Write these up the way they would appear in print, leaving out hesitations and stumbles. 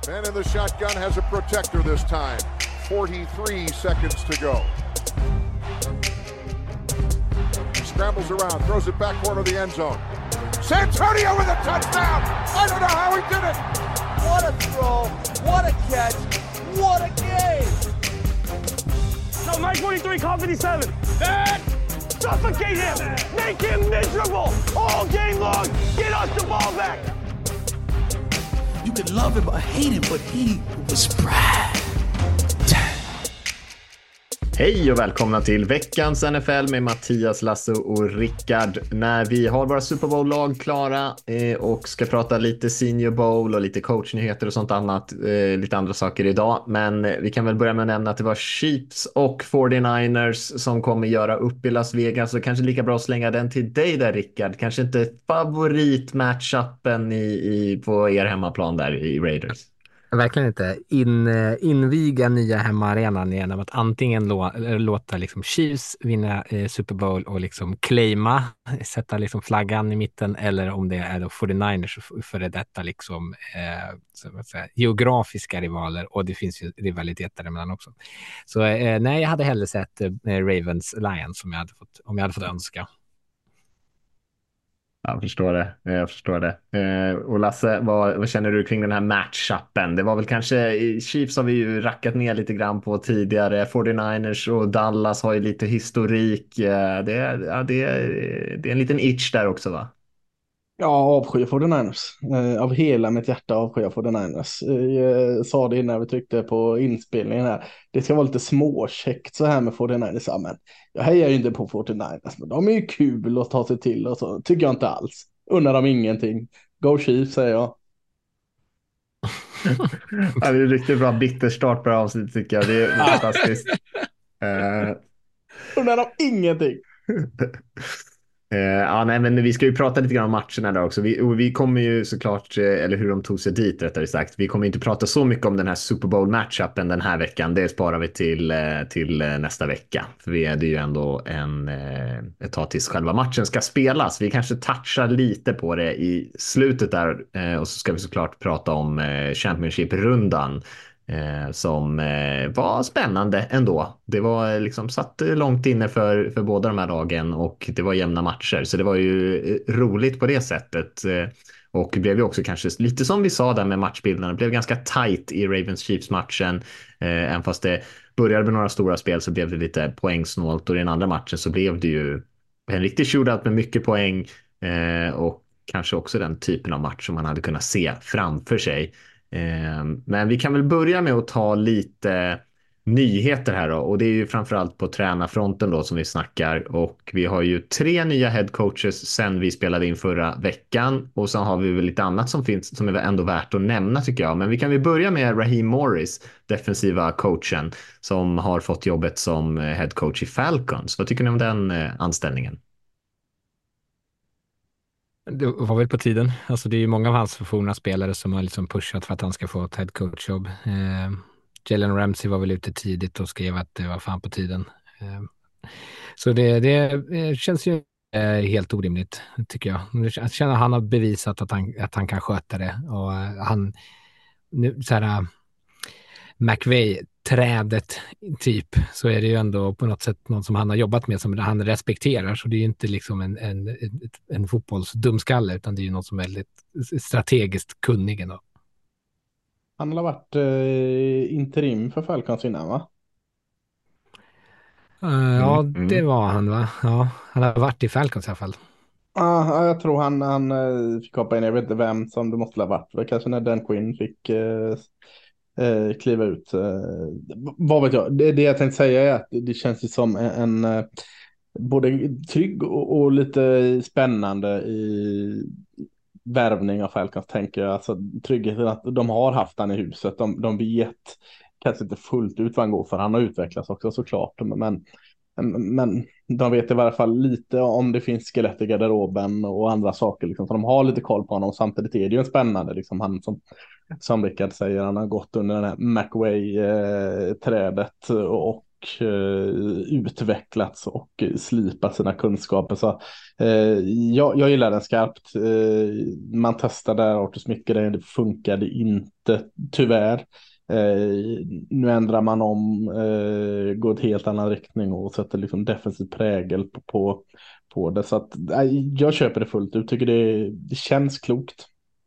Man in the shotgun has a protector this time. 43 seconds to go. He scrambles around, throws it back corner of the end zone. Santonio with a touchdown! I don't know how he did it! What a throw, what a catch, what a game! So Mike 43, call 57. That! Suffocate him! Make him miserable! All game long! Get us the ball back! You could love him or hate him, but he was Brad. Hej och välkomna till veckans NFL med Mattias, Lasse och Rickard. När vi har våra Super Bowl-lag klara och ska prata lite Senior Bowl och lite coachnyheter och sånt annat, lite andra saker idag. Men vi kan väl börja med att nämna att det var Chiefs och 49ers som kommer göra upp i Las Vegas. Så kanske lika bra att slänga den till dig där, Rickard. Kanske inte favoritmatchuppen på er hemmaplan där i Raiders. Verkligen inte. Inviga nya hemmaarenan genom att antingen låta liksom Chiefs vinna Super Bowl och liksom claima, sätta liksom flaggan i mitten, eller om det är då 49ers för detta liksom så att säga, geografiska rivaler, och det finns ju rivaliteter emellan också. Så nej, jag hade hellre sett Ravens Lions om jag hade fått önska. Jag förstår det. Och Lasse, vad känner du kring den här matchupen? Det var väl kanske, Chiefs har vi ju rackat ner lite grann på tidigare. 49ers och Dallas har ju lite historik. Det är en liten itch där också, va? Ja, avskyr 49ers. Av hela mitt hjärta avskyr 49ers. Jag sa det innan vi tryckte på inspelningen här. Det ska vara lite småkäckt så här med 49ers. Ja, men jag hejar ju inte på 49ers, men de är ju kul att ta sig till och så. Tycker jag inte alls. Undrar dem ingenting. Go Chiefs, säger jag. Ja, det är riktigt bra bitterstart på det avsnittet, tycker jag. Det är fantastiskt. Undrar dem ingenting. Nej, men vi ska ju prata lite grann om matcherna där också. Vi kommer ju såklart, eller hur de tog sig dit rättare sagt. Vi kommer inte prata så mycket om den här Super Bowl matchupen den här veckan. Det sparar vi till nästa vecka. För det är ju ändå ett tag tills själva matchen ska spelas. Vi kanske touchar lite på det i slutet där. Och så ska vi såklart prata om Championship-rundan. Som var spännande ändå. Det var liksom satt långt inne för båda de här lagen, och det var jämna matcher, så det var ju roligt på det sättet. Och blev ju också kanske lite som vi sa där med matchbilderna, det blev ganska tight i Ravens-Chiefs-matchen. Även fast det började med några stora spel så blev det lite poängsnålt, och i den andra matchen så blev det ju en riktig shootout med mycket poäng, och kanske också den typen av match som man hade kunnat se framför sig. Men vi kan väl börja med att ta lite nyheter här då, och det är ju framförallt på tränarfronten då som vi snackar, och vi har ju 3 nya head coaches sen vi spelade in förra veckan, och så har vi väl lite annat som finns som är ändå värt att nämna, tycker jag. Men vi kan väl börja med Raheem Morris, defensiva coachen, som har fått jobbet som head coach i Falcons. Vad tycker ni om den anställningen? Det var väl på tiden. Alltså det är ju många av hans forna spelare som har liksom pushat för att han ska få ett head coach-jobb. Jalen Ramsey var väl ute tidigt och skrev att det var fan på tiden. Så det känns ju helt orimligt, tycker jag. Jag känner att han har bevisat att han kan sköta det. Och han nu så här McVay-trädet typ, så är det ju ändå på något sätt någon som han har jobbat med, som han respekterar. Så det är ju inte liksom en fotbollsdumskalle, utan det är ju någon som är väldigt strategiskt kunnig ändå. Han har varit interim för Falcons innan, va? Ja, det var han, va? Ja, han har varit i Falcons i alla fall. Ja, jag tror han fick hoppa in. Jag vet inte vem som det måste ha varit. Kanske när Dan Quinn fick kliva ut. Vad vet jag? Det jag tänkte säga är att det känns ju som en både trygg och lite spännande i värvning av Falcons, tänker jag. Alltså tryggheten att de har haft han i huset. De vet kanske inte fullt ut vad han går för. Han har utvecklats också såklart. Men de vet i varje fall lite om det finns skelett i garderoben och andra saker. Liksom. Så de har lite koll på honom. Samtidigt är det ju en spännande. Liksom, han som Rickard säger, han har gått under den här McVay-trädet och utvecklats och slipat sina kunskaper. Så jag gillar den skarpt. Man testade Arthur Smith-grejen, det funkade inte tyvärr. Nu ändrar man om, går ett helt annan riktning och sätter liksom defensiv prägel på det. Så att, jag köper det fullt ut, tycker det känns klokt.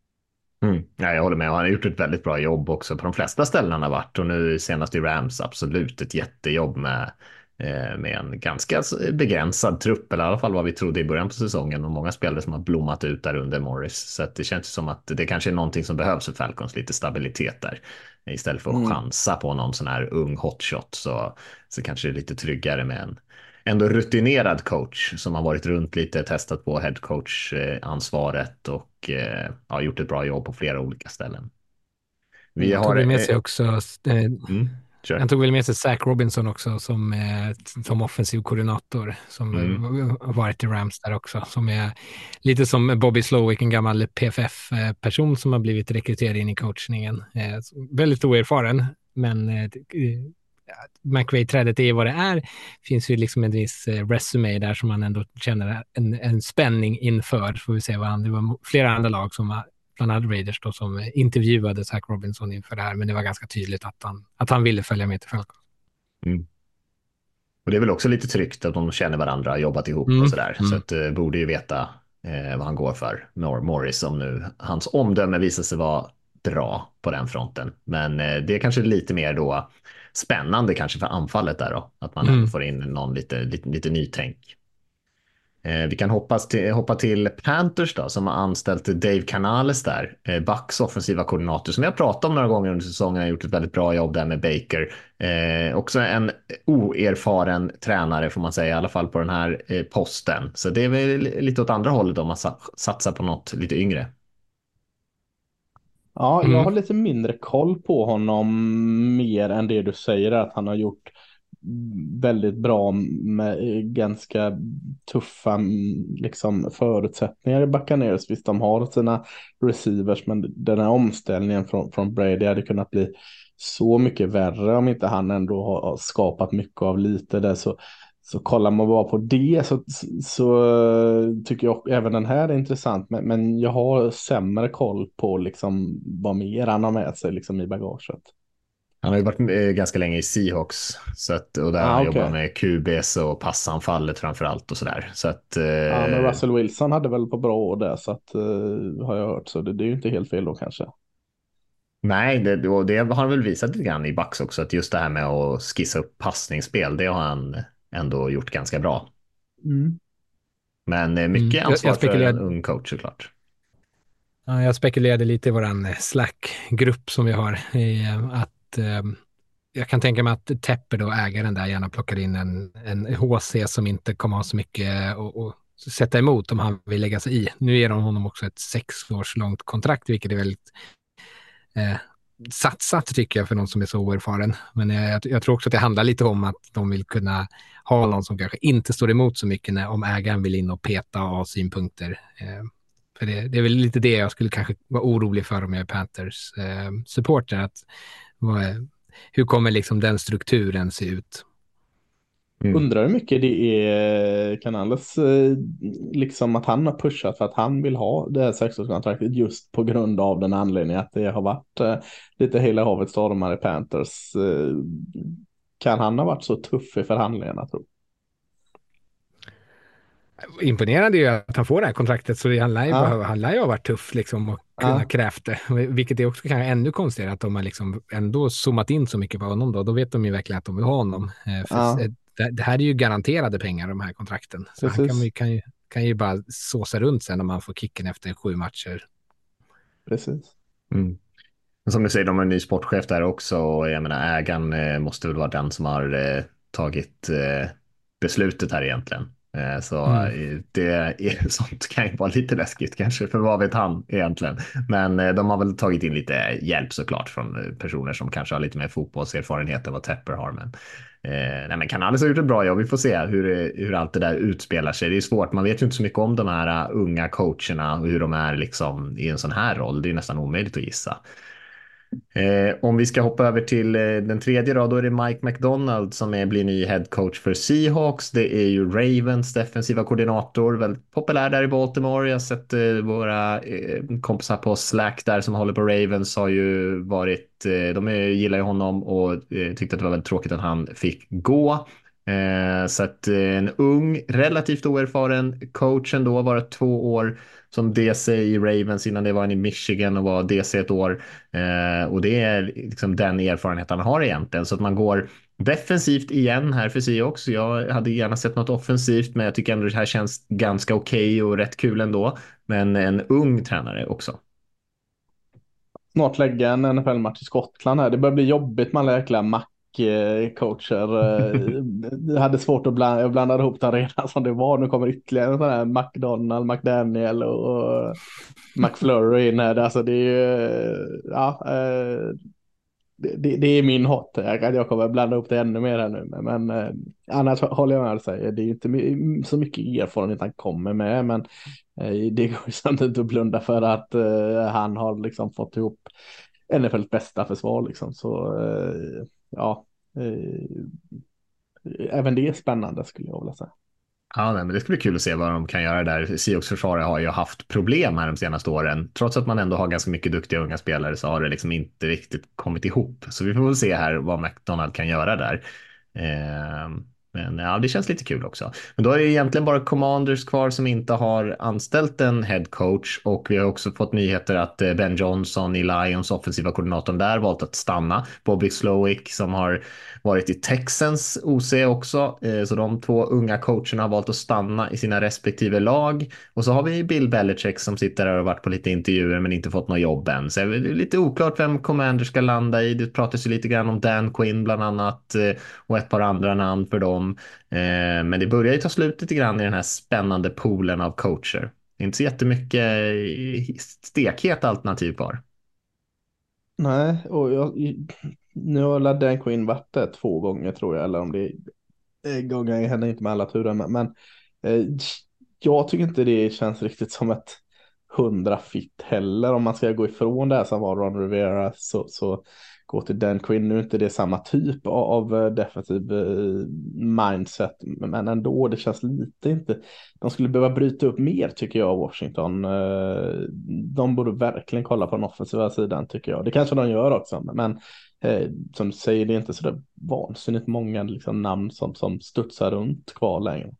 Ja, jag håller med. Han har gjort ett väldigt bra jobb också på de flesta ställen han har varit. Och nu senast i Rams absolut ett jättejobb med en ganska begränsad trupp. Eller i alla fall vad vi trodde i början på säsongen. Och många spelare som har blommat ut där under Morris. Så att det känns som att det kanske är någonting som behövs för Falcons. Lite stabilitet där. Istället för att chansa på någon sån här ung hotshot så kanske det är lite tryggare med en ändå rutinerad coach som har varit runt lite, testat på headcoach-ansvaret och har gjort ett bra jobb på flera olika ställen. Vi har tog med sig också han tog väl med sig Zach Robinson också som offensiv koordinator som har varit i Rams där också, som är lite som Bobby Slowick, en gammal PFF-person som har blivit rekryterad in i coachningen. Väldigt oerfaren, men McVay-trädet är vad det är. Finns ju liksom en viss resume där som man ändå känner en spänning inför. Får vi se vad det var flera andra lag som var, bland annat Raiders då, som intervjuade Zach Robinson inför det här, men det var ganska tydligt att han ville följa med till Falcons. Och det är väl också lite tryggt att de känner varandra, har jobbat ihop och sådär. Så att borde ju veta vad han går för, Morris, om nu hans omdöme visar sig vara bra på den fronten. Men det är kanske lite mer då spännande kanske för anfallet där då, att man ändå får in någon lite nytänk. Vi kan hoppa till Panthers då, som har anställt Dave Canales där, Bucks offensiva koordinator, som jag pratat om några gånger under säsongen, har gjort ett väldigt bra jobb där med Baker. Också en oerfaren tränare får man säga, i alla fall på den här posten. Så det är väl lite åt andra hållet om man satsar på något lite yngre. Ja, jag har lite mindre koll på honom mer än det du säger, att han har gjort väldigt bra med ganska tuffa liksom förutsättningar i Buccaneers. Visst, de har sina receivers, men den här omställningen från Brady hade kunnat bli så mycket värre om inte han ändå har skapat mycket av lite där. Så kollar man bara på det så tycker jag även den här är intressant, men jag har sämre koll på liksom vad mer han har med sig liksom i bagaget. Han har ju varit ganska länge i Seahawks och där han jobbar med QBs och passanfallet framförallt och sådär. Så att, men Russell Wilson hade väl på bra år där, så att, har jag hört, så det är ju inte helt fel då kanske. Nej, det har han väl visat lite grann i Bucks också, att just det här med att skissa upp passningsspel, det har han ändå gjort ganska bra. Men mycket ansvar för en ung coach såklart. Ja, jag spekulerade lite i våran Slack-grupp som vi har, att jag kan tänka mig att Tepper då, ägaren där, gärna plockar in en HC som inte kommer ha så mycket att sätta emot om han vill lägga sig i. Nu ger de honom också ett 6 års långt kontrakt, vilket är väldigt satsat tycker jag för någon som är så oerfaren. Men jag tror också att det handlar lite om att de vill kunna ha någon som kanske inte står emot så mycket om ägaren vill in och peta och ha synpunkter. För det är väl lite det jag skulle kanske vara orolig för om jag är Panthers supporter, att hur kommer liksom den strukturen se ut? Undrar hur mycket det är Canales liksom att han har pushat för att han vill ha det här 6-årskontraktet just på grund av den anledningen att det har varit lite hela havet stormar i Panthers. Kan han ha varit så tuff i förhandlingarna, tror? Imponerande är ju att han får det här kontraktet, så han lär ju ha varit tuff liksom och kunna krävt det. Vilket är också kanske ännu konstigare att de har liksom ändå zoomat in så mycket på honom då. Då vet de ju verkligen att de vill ha honom. Det här är ju garanterade pengar, de här kontrakten. Så han kan ju bara såsa runt sen om man får kicken efter 7 matcher. Precis. Som du säger, de har en ny sportchef där också. Och jag menar, ägaren måste väl vara den som har tagit beslutet här egentligen. Så sånt kan ju vara lite läskigt kanske, för vad vet han egentligen. Men de har väl tagit in lite hjälp såklart från personer som kanske har lite mer fotbollserfarenhet än vad Tepper har. Men Canales har gjort ett bra jobb. Vi får se hur allt det där utspelar sig. Det är svårt, man vet ju inte så mycket om de här unga coacherna och hur de är liksom i en sån här roll. Det är nästan omöjligt att gissa. Om vi ska hoppa över till den tredje då är det Mike McDonald som blir ny head coach för Seahawks. Det är ju Ravens defensiva koordinator, väldigt populär där i Baltimore. Jag har sett våra kompisar på Slack där som håller på Ravens har ju varit, gillar ju honom och tyckte att det var väldigt tråkigt att han fick gå. Så att en ung, relativt oerfaren coach ändå, varit 2 år som DC i Ravens, innan det var han i Michigan och var DC ett år. Och det är liksom den erfarenhet han har egentligen. Så att man går defensivt igen här för Seahawks. Jag hade gärna sett något offensivt, men jag tycker ändå det här känns ganska okej och rätt kul ändå. Men en ung tränare också. Snart lägga en NFL-match i Skottland här. Det börjar bli jobbigt med alla jäkla coacher. Jag hade svårt att blanda ihop det redan som det var. Nu kommer ytterligare en sån här McDonald, McDaniel och McFlurry in här. Alltså det är ju, ja, det är min hot. Jag kommer blanda upp det ännu mer här nu. Men annars håller jag med dig. Det är inte så mycket erfarenhet han kommer med. Men det går ju samtidigt att blunda för att han har liksom fått ihop NFLs bästa försvar. Liksom. Så ja, även det är spännande skulle jag vilja säga. Ja, nej, men det ska bli kul att se vad de kan göra där. Seahawks försvaret har ju haft problem här de senaste åren. Trots att man ändå har ganska mycket duktiga unga spelare så har det liksom inte riktigt kommit ihop. Så vi får väl se här vad McDonald kan göra där. Men ja, det känns lite kul också. Men då är det egentligen bara Commanders kvar som inte har anställt en head coach, och vi har också fått nyheter att Ben Johnson i Lions, offensiva koordinatorn där, valt att stanna. Bobby Slowick som har varit i Texans OC också. Så de 2 unga coacherna har valt att stanna i sina respektive lag. Och så har vi Bill Belichick som sitter där och varit på lite intervjuer men inte fått något jobb än. Så det är lite oklart vem Commanders ska landa i. Det pratas ju lite grann om Dan Quinn bland annat och ett par andra namn för dem. Men det börjar ju ta slut lite grann i den här spännande poolen av coacher. Det är inte så jättemycket stekhet alternativ kvar. Nej, och nu har Dan Quinn varit där 2 gånger tror jag, eller om det är gånger händer inte med alla turer, men jag tycker inte det känns riktigt som ett 100 fit heller. Om man ska gå ifrån det här som var Ron Rivera så gå till Dan Quinn. Nu är inte det samma typ av defensiv mindset, men ändå det känns lite inte. De skulle behöva bryta upp mer tycker jag, Washington. De borde verkligen kolla på den offensiva sidan tycker jag. Det kanske de gör också, men som du säger, det är inte så där vansinnigt många liksom, namn som studsar runt kvar längre.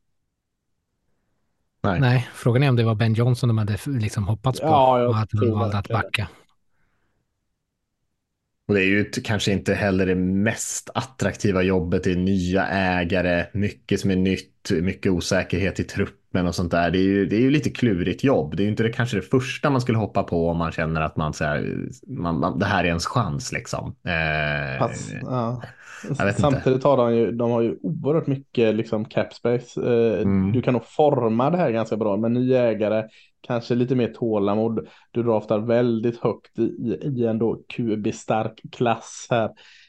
Nej, frågan är om det var Ben Johnson de hade liksom hoppats på, Ja, och att han valde att backa. Och det är ju kanske inte heller det mest attraktiva jobbet. Det är nya ägare, mycket som är nytt, mycket osäkerhet i truppen och sånt där. Det är ju lite klurigt jobb. Det är ju inte kanske det första man skulle hoppa på om man känner att man, så här, det här är ens chans liksom. Ja. Samtidigt inte. Har de har ju oerhört mycket liksom cap space. Du kan nog forma det här ganska bra med nya ägare, kanske lite mer tålamod. Du draftar väldigt högt i en då QB-stark klass här.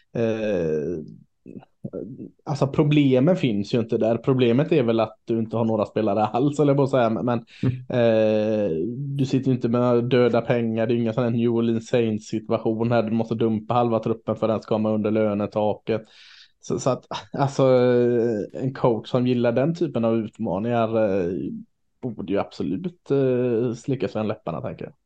Alltså problemen finns ju inte där. Problemet är väl att du inte har några spelare alls, eller på att säga. Men du sitter ju inte med döda pengar. Det är ju ingen sån här New Orleans Saints situation här. Du måste dumpa halva truppen för att den ska komma under lönetaket. Så att alltså en coach som gillar den typen av utmaningar borde ju absolut slicka sig en läpparna, tänker jag.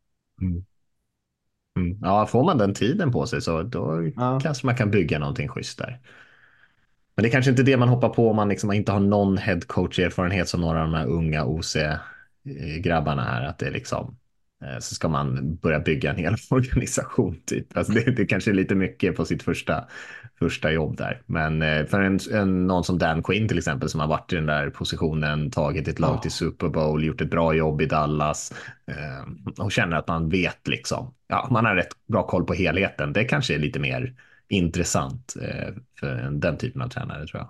Ja, får man den tiden på sig så då kanske man kan bygga någonting schysst där. Men det är kanske inte det man hoppar på om man liksom inte har någon head coach erfarenhet som några av de här unga OC-grabbarna här. Att det är liksom, så ska man börja bygga en hel organisation typ. Alltså det kanske är lite mycket på sitt första jobb där. Men för någon som Dan Quinn till exempel, som har varit i den där positionen, tagit ett lag till Super Bowl, gjort ett bra jobb i Dallas och känner att man vet liksom, ja, man har rätt bra koll på helheten. Det kanske är lite mer intressant för den typen av tränare, tror jag.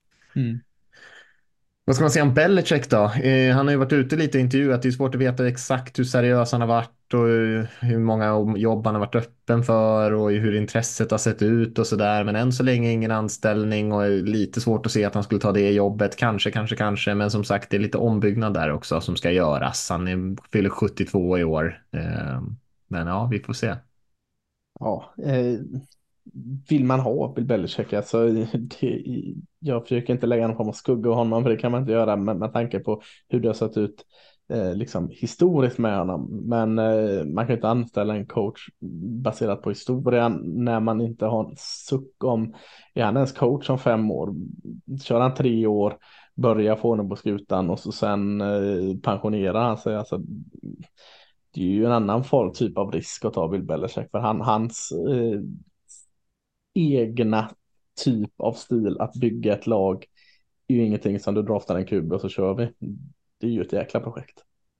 Vad ska man säga om Belichick då? Han har ju varit ute lite i intervjuat. Det är svårt att veta exakt hur seriös han har varit och hur många jobb han har varit öppen för och hur intresset har sett ut och sådär. Men än så länge ingen anställning och lite svårt att se att han skulle ta det jobbet. Kanske. Men som sagt, det är lite ombyggnad där också som ska göras. Han fyller 72 i år. Men ja, vi får se. Ja, vill man ha Bill Belichick? Alltså, jag försöker inte lägga någon form av skugga av honom, för det kan man inte göra med tanke på hur det har sett ut liksom historiskt med honom. Men man kan inte anställa en coach baserat på historien när man inte har en suck om, är han ens coach om 5 år? Kör han 3 år, börjar få honom på skutan och så sen pensionerar han sig. Alltså, det är ju en annan typ av risk att ta Bill Belichick, för hans egna typ av stil att bygga ett lag är ju ingenting som du draftar en kub och så kör vi. Det är ju ett jäkla projekt.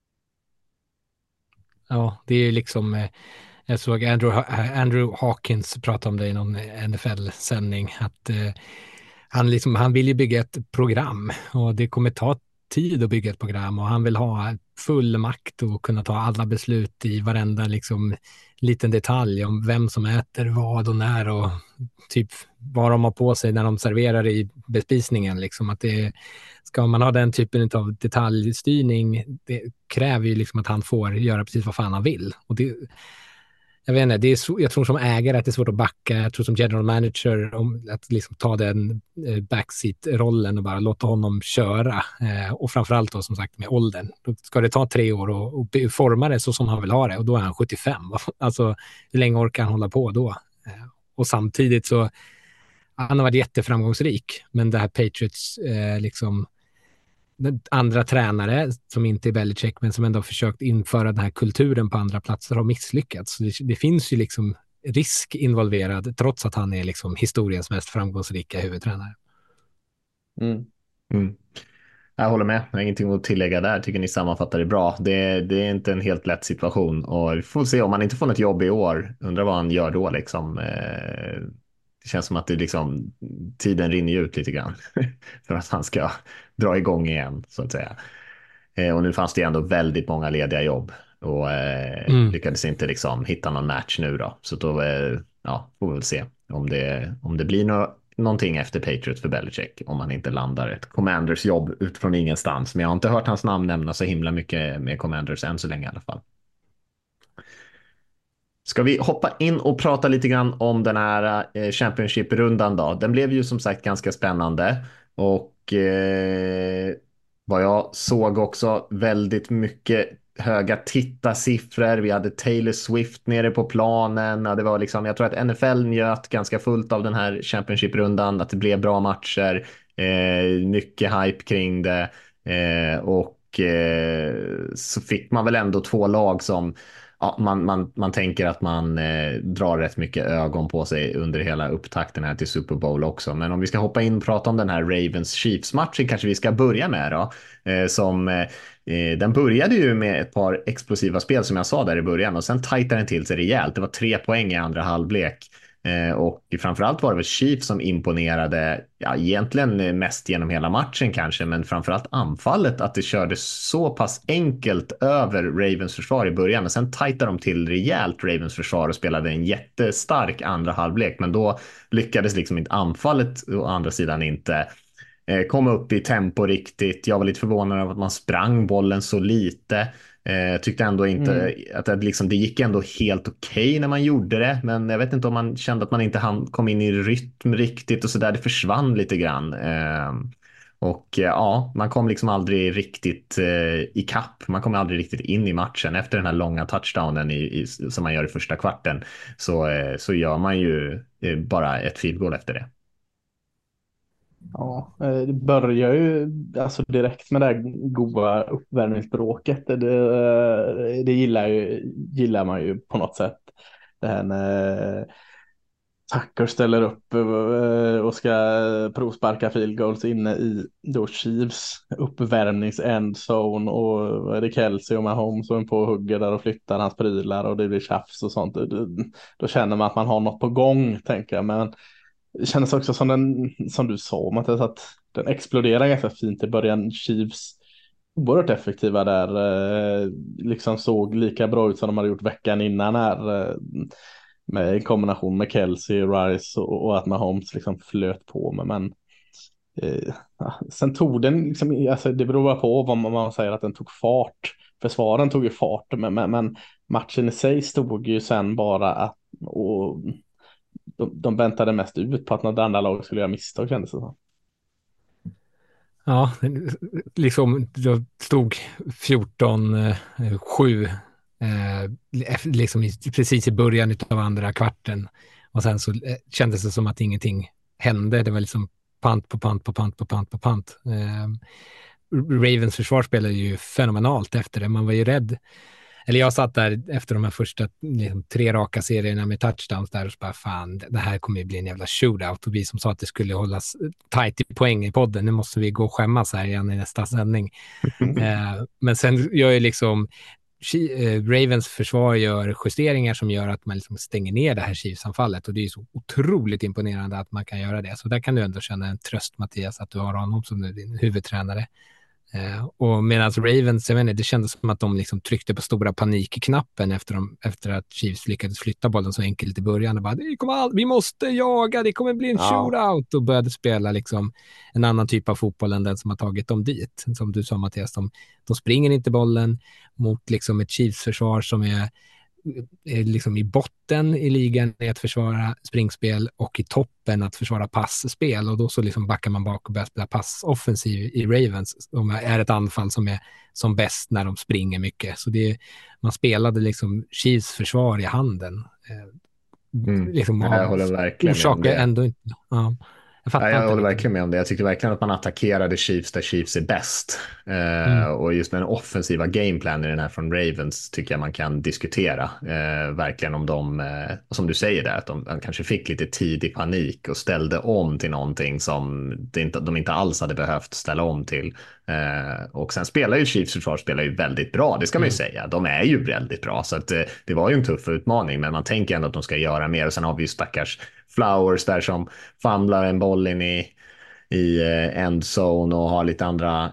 Ja, det är ju liksom, jag såg Andrew Hawkins prata om det i någon NFL-sändning, att han vill ju bygga ett program och det kommer ta tid att bygga ett program, och han vill ha full makt och kunna ta alla beslut i varenda liksom liten detalj om vem som äter vad och när, och typ vad de har på sig när de serverar i bespisningen. Liksom att ska man ha den typen av detaljstyrning, det kräver ju liksom att han får göra precis vad fan han vill. Och jag vet inte, jag tror som ägare att det är svårt att backa. Jag tror som general manager att liksom ta den backseat-rollen och bara låta honom köra. Och framförallt då som sagt med åldern. Då ska det ta 3 år och forma det så som han vill ha det. Och då är han 75. Alltså hur länge orkar han hålla på då? Och samtidigt så han har varit jätteframgångsrik. Men det här Patriots liksom andra tränare som inte är Belichick men som ändå har försökt införa den här kulturen på andra platser har misslyckats. Så det finns ju liksom risk involverad trots att han är liksom historiens mest framgångsrika huvudtränare. Jag håller med. Jag har ingenting att tillägga där. Tycker ni sammanfattar det bra. Det är inte en helt lätt situation och vi får se om man inte får något jobb i år. Undrar vad han gör då liksom. Det känns som att det liksom, tiden rinner ut lite grann för att han ska dra igång igen så att säga. Och nu fanns det ändå väldigt många lediga jobb och lyckades inte liksom hitta någon match nu då. Så då får vi väl se om det blir någonting efter Patriots för Belichick, om man inte landar ett Commanders jobb utifrån ingenstans. Men jag har inte hört hans namn nämnas så himla mycket med Commanders än så länge i alla fall. Ska vi hoppa in och prata lite grann om den här Championship-rundan då? Den blev ju som sagt ganska spännande och vad jag såg också väldigt mycket höga tittarsiffror. Vi hade Taylor Swift nere på planen. Ja, det var liksom, jag tror att NFL njöt ganska fullt av den här Championship-rundan, att det blev bra matcher, mycket hype kring det och så fick man väl ändå 2 lag som man tänker att man drar rätt mycket ögon på sig under hela upptakten här till Super Bowl också. Men om vi ska hoppa in och prata om den här Ravens-Chiefs-matchen kanske vi ska börja med då. Den började ju med ett par explosiva spel som jag sa där i början och sen tajtade den till sig rejält. Det var 3 poäng i andra halvlek. Och framförallt var det väl Chiefs som imponerade, egentligen mest genom hela matchen kanske, men framförallt anfallet, att det körde så pass enkelt över Ravens försvar i början och sen tajtade de till rejält Ravens försvar och spelade en jättestark andra halvlek, men då lyckades liksom inte anfallet å andra sidan inte komma upp i tempo riktigt. Jag var lite förvånad över att man sprang bollen så lite. Tyckte ändå inte att det gick ändå helt okej när man gjorde det, men jag vet inte om man kände att man inte kom in i rytm riktigt och så där. Det försvann lite grann och man kom liksom aldrig riktigt i kapp. Man kom aldrig riktigt in i matchen efter den här långa touchdownen som man gör i första kvarten, så gör man ju bara ett field goal efter det. Ja, det börjar ju alltså direkt med det här goda uppvärmningsbråket. Det gillar man ju på något sätt. Det här när Tucker ställer upp och ska provsparka field goals inne i då Chiefs uppvärmnings endzone, och är det Kelsey och Mahomes som är på och hugger där och flyttar hans prylar och det blir tjafs och sånt. Då känner man att man har något på gång, tänker jag. Men det kändes också som du sa, Mattias, att den exploderar ganska fint i början. Chiefs oerhört effektiva där, liksom såg lika bra ut som de hade gjort veckan innan här, med en kombination med Kelsey, Rice och att Mahomes liksom flöt på. Men sen tog den liksom, alltså det beror på vad man säger att den tog fart. Försvaren tog ju fart, men matchen i sig stod ju sen bara att Och de väntade mest ut på att något andra lag skulle göra misstag, kändes det som. Ja, liksom det stod 14-7 liksom precis i början av andra kvarten. Och sen så kändes det som att ingenting hände. Det var liksom pant på pant på pant på pant på pant. Ravens försvar spelade ju fenomenalt efter det. Man var ju rädd. Eller jag satt där efter de här första liksom, 3 raka serierna med touchdowns där och så bara fan, det här kommer ju bli en jävla shootout. Och vi som sa att det skulle hållas tight i poäng i podden, nu måste vi gå och skämmas här igen i nästa sändning. Men sen gör ju liksom Ravens försvar gör justeringar som gör att man liksom stänger ner det här Chiefs-anfallet, och det är så otroligt imponerande att man kan göra det. Så där kan du ändå känna en tröst, Mattias, att du har honom som din huvudtränare. Och medan Ravens, jag vet inte, det kändes som att de liksom tryckte på stora panikknappen efter att Chiefs lyckades flytta bollen så enkelt i början och bara, vi måste jaga, det kommer bli en shootout, och började spela liksom en annan typ av fotboll än den som har tagit dem dit. Som du sa, Mattias, de springer inte bollen mot liksom ett Chiefs-försvar som är liksom i botten i ligan i att försvara springspel och i toppen att försvara passspel, och då så liksom backar man bak och börjar spela passoffensiv i Ravens. De är ett anfall som är som bäst när de springer mycket, så man spelade liksom Chiefs försvar i handen. Liksom jag håller verkligen med om det. Ändå inte. Ja. Jag håller verkligen med om det. Jag tyckte verkligen att man attackerade Chiefs där Chiefs är bäst. Och just med den offensiva gameplanen i den här från Ravens tycker jag man kan diskutera. Verkligen om de, som du säger där, att de kanske fick lite tidig panik och ställde om till någonting som de inte alls hade behövt ställa om till. Och sen spelar ju Chiefs försvar ju väldigt bra, det ska man ju säga. De är ju väldigt bra, så att det var ju en tuff utmaning, men man tänker ändå att de ska göra mer. Och sen har vi ju stackars Flowers där som famlar en boll in i endzone och har lite andra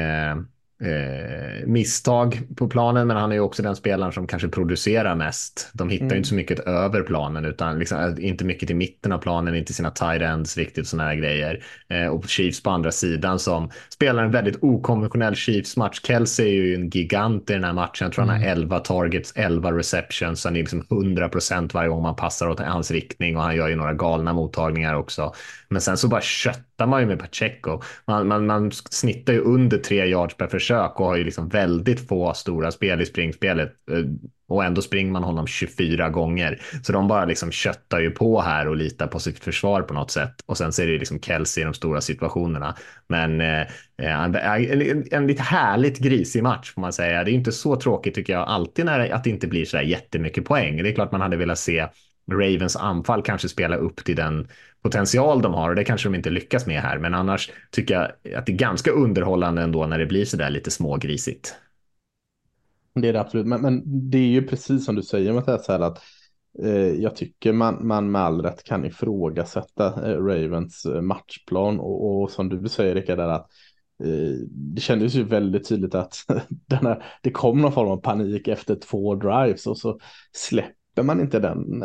misstag på planen, men han är ju också den spelaren som kanske producerar mest. De hittar ju inte så mycket över planen, utan liksom, inte mycket i mitten av planen, inte sina tight ends riktigt, såna här grejer. Och Chiefs på andra sidan som spelar en väldigt okonventionell Chiefs-match. Kelsey är ju en gigant i den här matchen. Jag tror han har 11 targets, 11 receptions. Han är liksom 100% varje gång man passar åt hans riktning, och han gör ju några galna mottagningar också. Men sen så bara köttar man ju med Pacheco. Man snittar ju under 3 yards per försök och har ju liksom väldigt få stora spel i springspelet. Och ändå springer man honom 24 gånger. Så de bara liksom köttar ju på här och litar på sitt försvar på något sätt. Och sen så är det liksom Kelsey i de stora situationerna. Men en lite härligt grisig match får man säga. Det är inte så tråkigt tycker jag alltid att det inte blir så där jättemycket poäng. Det är klart man hade velat se Ravens anfall kanske spela upp till den potential de har, och det kanske de inte lyckas med här. Men annars tycker jag att det är ganska underhållande ändå när det blir så där lite smågrisigt. Det är det absolut, men det är ju precis som du säger, Mattias, här att jag tycker man med all rätt kan ifrågasätta Ravens matchplan, och som du säger, Rickard, att det kändes ju väldigt tydligt att det kom någon form av panik efter 2 drives, och så släpper man inte den.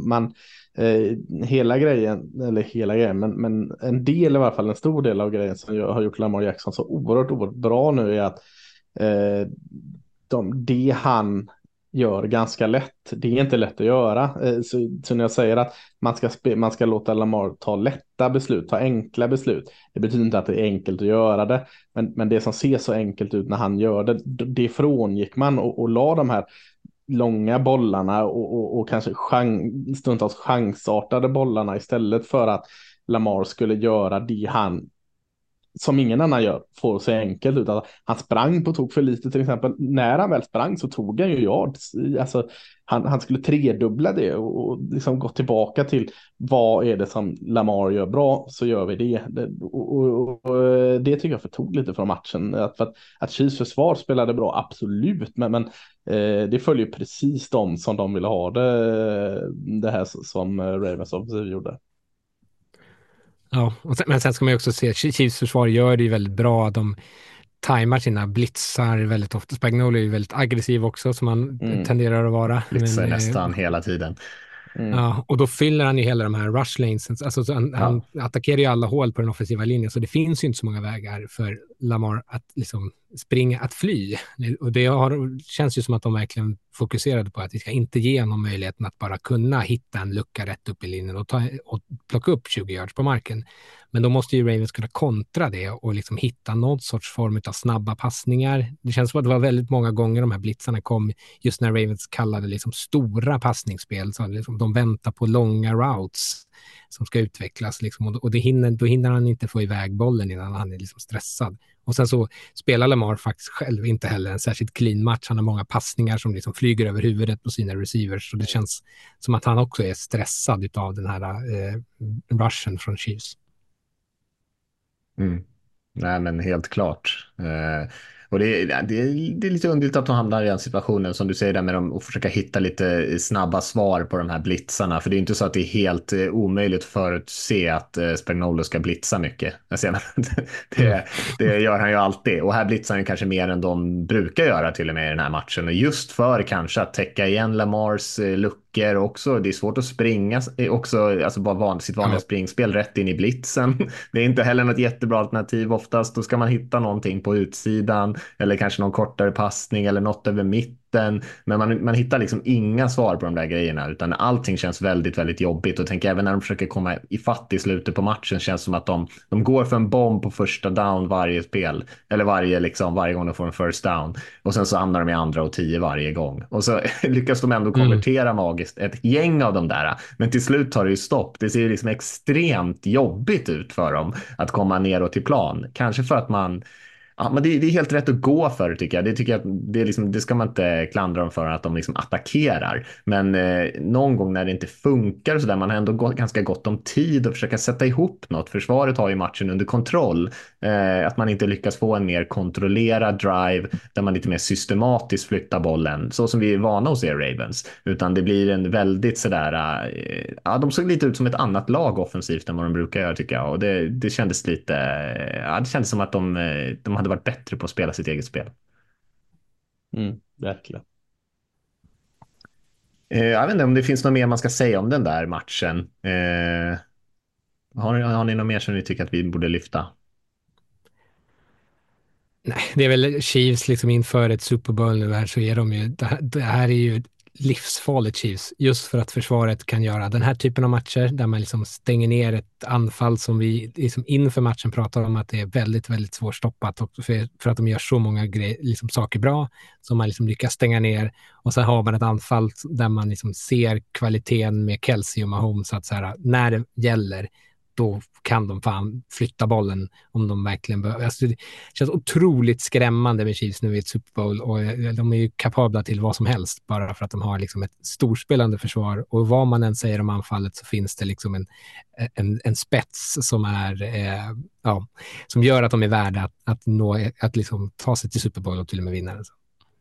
Hela grejen, men en del, i alla fall en stor del av grejen som har gjort Lamar Jackson så oerhört bra nu är att det han gör ganska lätt, det är inte lätt att göra. Så när jag säger att man ska låta Lamar ta lätta beslut, ta enkla beslut, det betyder inte att det är enkelt att göra det, men det som ser så enkelt ut när han gör det frångick man och la de här långa bollarna och kanske stundtals chansartade bollarna istället för att Lamar skulle göra det han som ingen annan gör, får så enkelt ut. Alltså, han sprang på tok för lite till exempel. När han väl sprang så tog han ju yards. Alltså, han skulle tredubbla det och liksom gå tillbaka till vad är det som Lamar gör bra, så gör vi det. Och det tycker jag förtog lite från matchen. Att Chiefs försvar spelade bra, absolut, men det följer precis de som de ville ha det här som Ravens offensiv gjorde. Ja, men sen ska man ju också se, Chiefs försvar gör det ju väldigt bra. De tajmar sina blitzar väldigt ofta. Spagnuolo är ju väldigt aggressiv också, som han tenderar att vara. Blitzar nästan hela tiden. Ja, och då fyller han ju hela de här rush lanes. Alltså, han attackerar ju alla hål på den offensiva linjen, så det finns ju inte så många vägar för Lamar att liksom att fly. Och känns ju som att de verkligen fokuserade på att vi ska inte ge någon möjligheten att bara kunna hitta en lucka rätt upp i linjen och plocka upp 20 yards på marken. Men då måste ju Ravens kunna kontra det och liksom hitta någon sorts form av snabba passningar. Det känns som att det var väldigt många gånger de här blitzarna kom just när Ravens kallade liksom stora passningsspel. Så liksom de väntar på långa routes som ska utvecklas. Liksom, och då hinner han inte få iväg bollen innan han är liksom stressad. Och sen så spelar Lamar faktiskt själv inte heller en särskilt clean match. Han har många passningar som liksom flyger över huvudet på sina receivers. Så det känns som att han också är stressad av den här rushen från Chiefs. Nej, men helt klart. Och det är lite underligt att de hamnar i den situationen som du säger där med dem och försöka hitta lite snabba svar på de här blitzarna. För det är inte så att det är helt omöjligt att förutse att Spagnuolo ska blitza mycket. Det gör han ju alltid. Och här blitzar han kanske mer än de brukar göra till och med i den här matchen. Och just för kanske att täcka igen Lamars luckor också. Det är svårt att springa också, alltså bara sitt vanliga springspel rätt in i blitzen. Det är inte heller något jättebra alternativ oftast. Då ska man hitta någonting på utsidan eller kanske någon kortare passning eller något över mitten. Men man hittar liksom inga svar på de där grejerna, utan allting känns väldigt, väldigt jobbigt. Och tänk även när de försöker komma i fatt i slutet på matchen, känns som att de går för en bomb på första down varje spel, eller varje gång de får en first down, och sen så hamnar de i 2:a och 10 varje gång, och så lyckas de ändå konvertera magiskt ett gäng av de där, men till slut tar det ju stopp. Det ser ju liksom extremt jobbigt ut för dem att komma neråt till plan, kanske för att men det är helt rätt att gå för, tycker jag. Det ska man inte klandra dem för, att de liksom attackerar. Men någon gång när det inte funkar och så där, man har ändå ganska gott om tid att försöka sätta ihop något. Försvaret har ju matchen under kontroll. Att man inte lyckas få en mer kontrollerad drive där man lite mer systematiskt flyttar bollen, så som vi är vana att se Ravens. Utan det blir en väldigt sådär, de såg lite ut som ett annat lag offensivt än vad de brukar göra, tycker jag. Och det kändes lite, det kändes som att de hade varit bättre på att spela sitt eget spel. Verkligen. Jag vet inte om det finns något mer man ska säga om den där matchen. Har ni något mer som ni tycker att vi borde lyfta? Nej, det är väl Chiefs liksom inför ett Super Bowl nu här, så är de ju, det här är ju livsfarligt Chiefs, just för att försvaret kan göra den här typen av matcher där man liksom stänger ner ett anfall som vi liksom inför matchen pratar om att det är väldigt, väldigt svårstoppat, och för att de gör så många liksom saker bra som man liksom lyckas stänga ner, och sen har man ett anfall där man liksom ser kvaliteten med Kelsey och Mahomes, så att så här, när det gäller då kan de fan flytta bollen om de verkligen behöver. Alltså, det känns otroligt skrämmande med Chiefs nu i ett Super Bowl, och de är ju kapabla till vad som helst bara för att de har liksom ett storspelande försvar, och vad man än säger om anfallet så finns det liksom en spets som är som gör att de är värda att liksom ta sig till Super Bowl och till och med vinna den.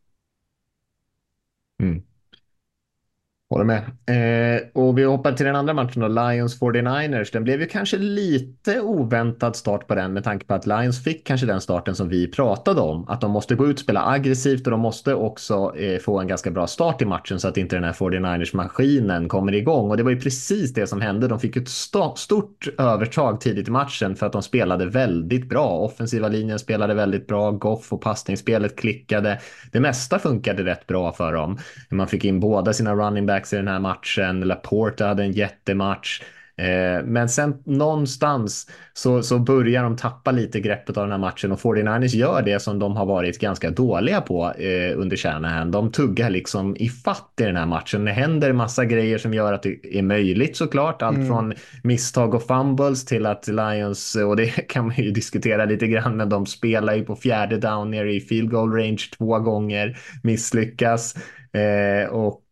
Håller med. Och vi hoppar till den andra matchen då, Lions 49ers. Den blev ju kanske lite oväntad start på den, med tanke på att Lions fick kanske den starten som vi pratade om. Att de måste gå ut och spela aggressivt, och de måste också få en ganska bra start i matchen så att inte den här 49ers-maskinen kommer igång. Och det var ju precis det som hände. De fick ett stort övertag tidigt i matchen för att de spelade väldigt bra. Offensiva linjen spelade väldigt bra. Goff och passningsspelet klickade. Det mesta funkade rätt bra för dem. Man fick in båda sina running backs i den här matchen. Laporta hade en jättematch. Men sen någonstans så börjar de tappa lite greppet av den här matchen, och 49ers gör det som de har varit ganska dåliga på under Shanahan. De tuggar liksom i fatt i den här matchen. Det händer massa grejer som gör att det är möjligt, såklart. Allt från misstag och fumbles till att Lions, och det kan man ju diskutera lite grann, men de spelar ju på 4:e down nere i field goal range 2 gånger, misslyckas. Och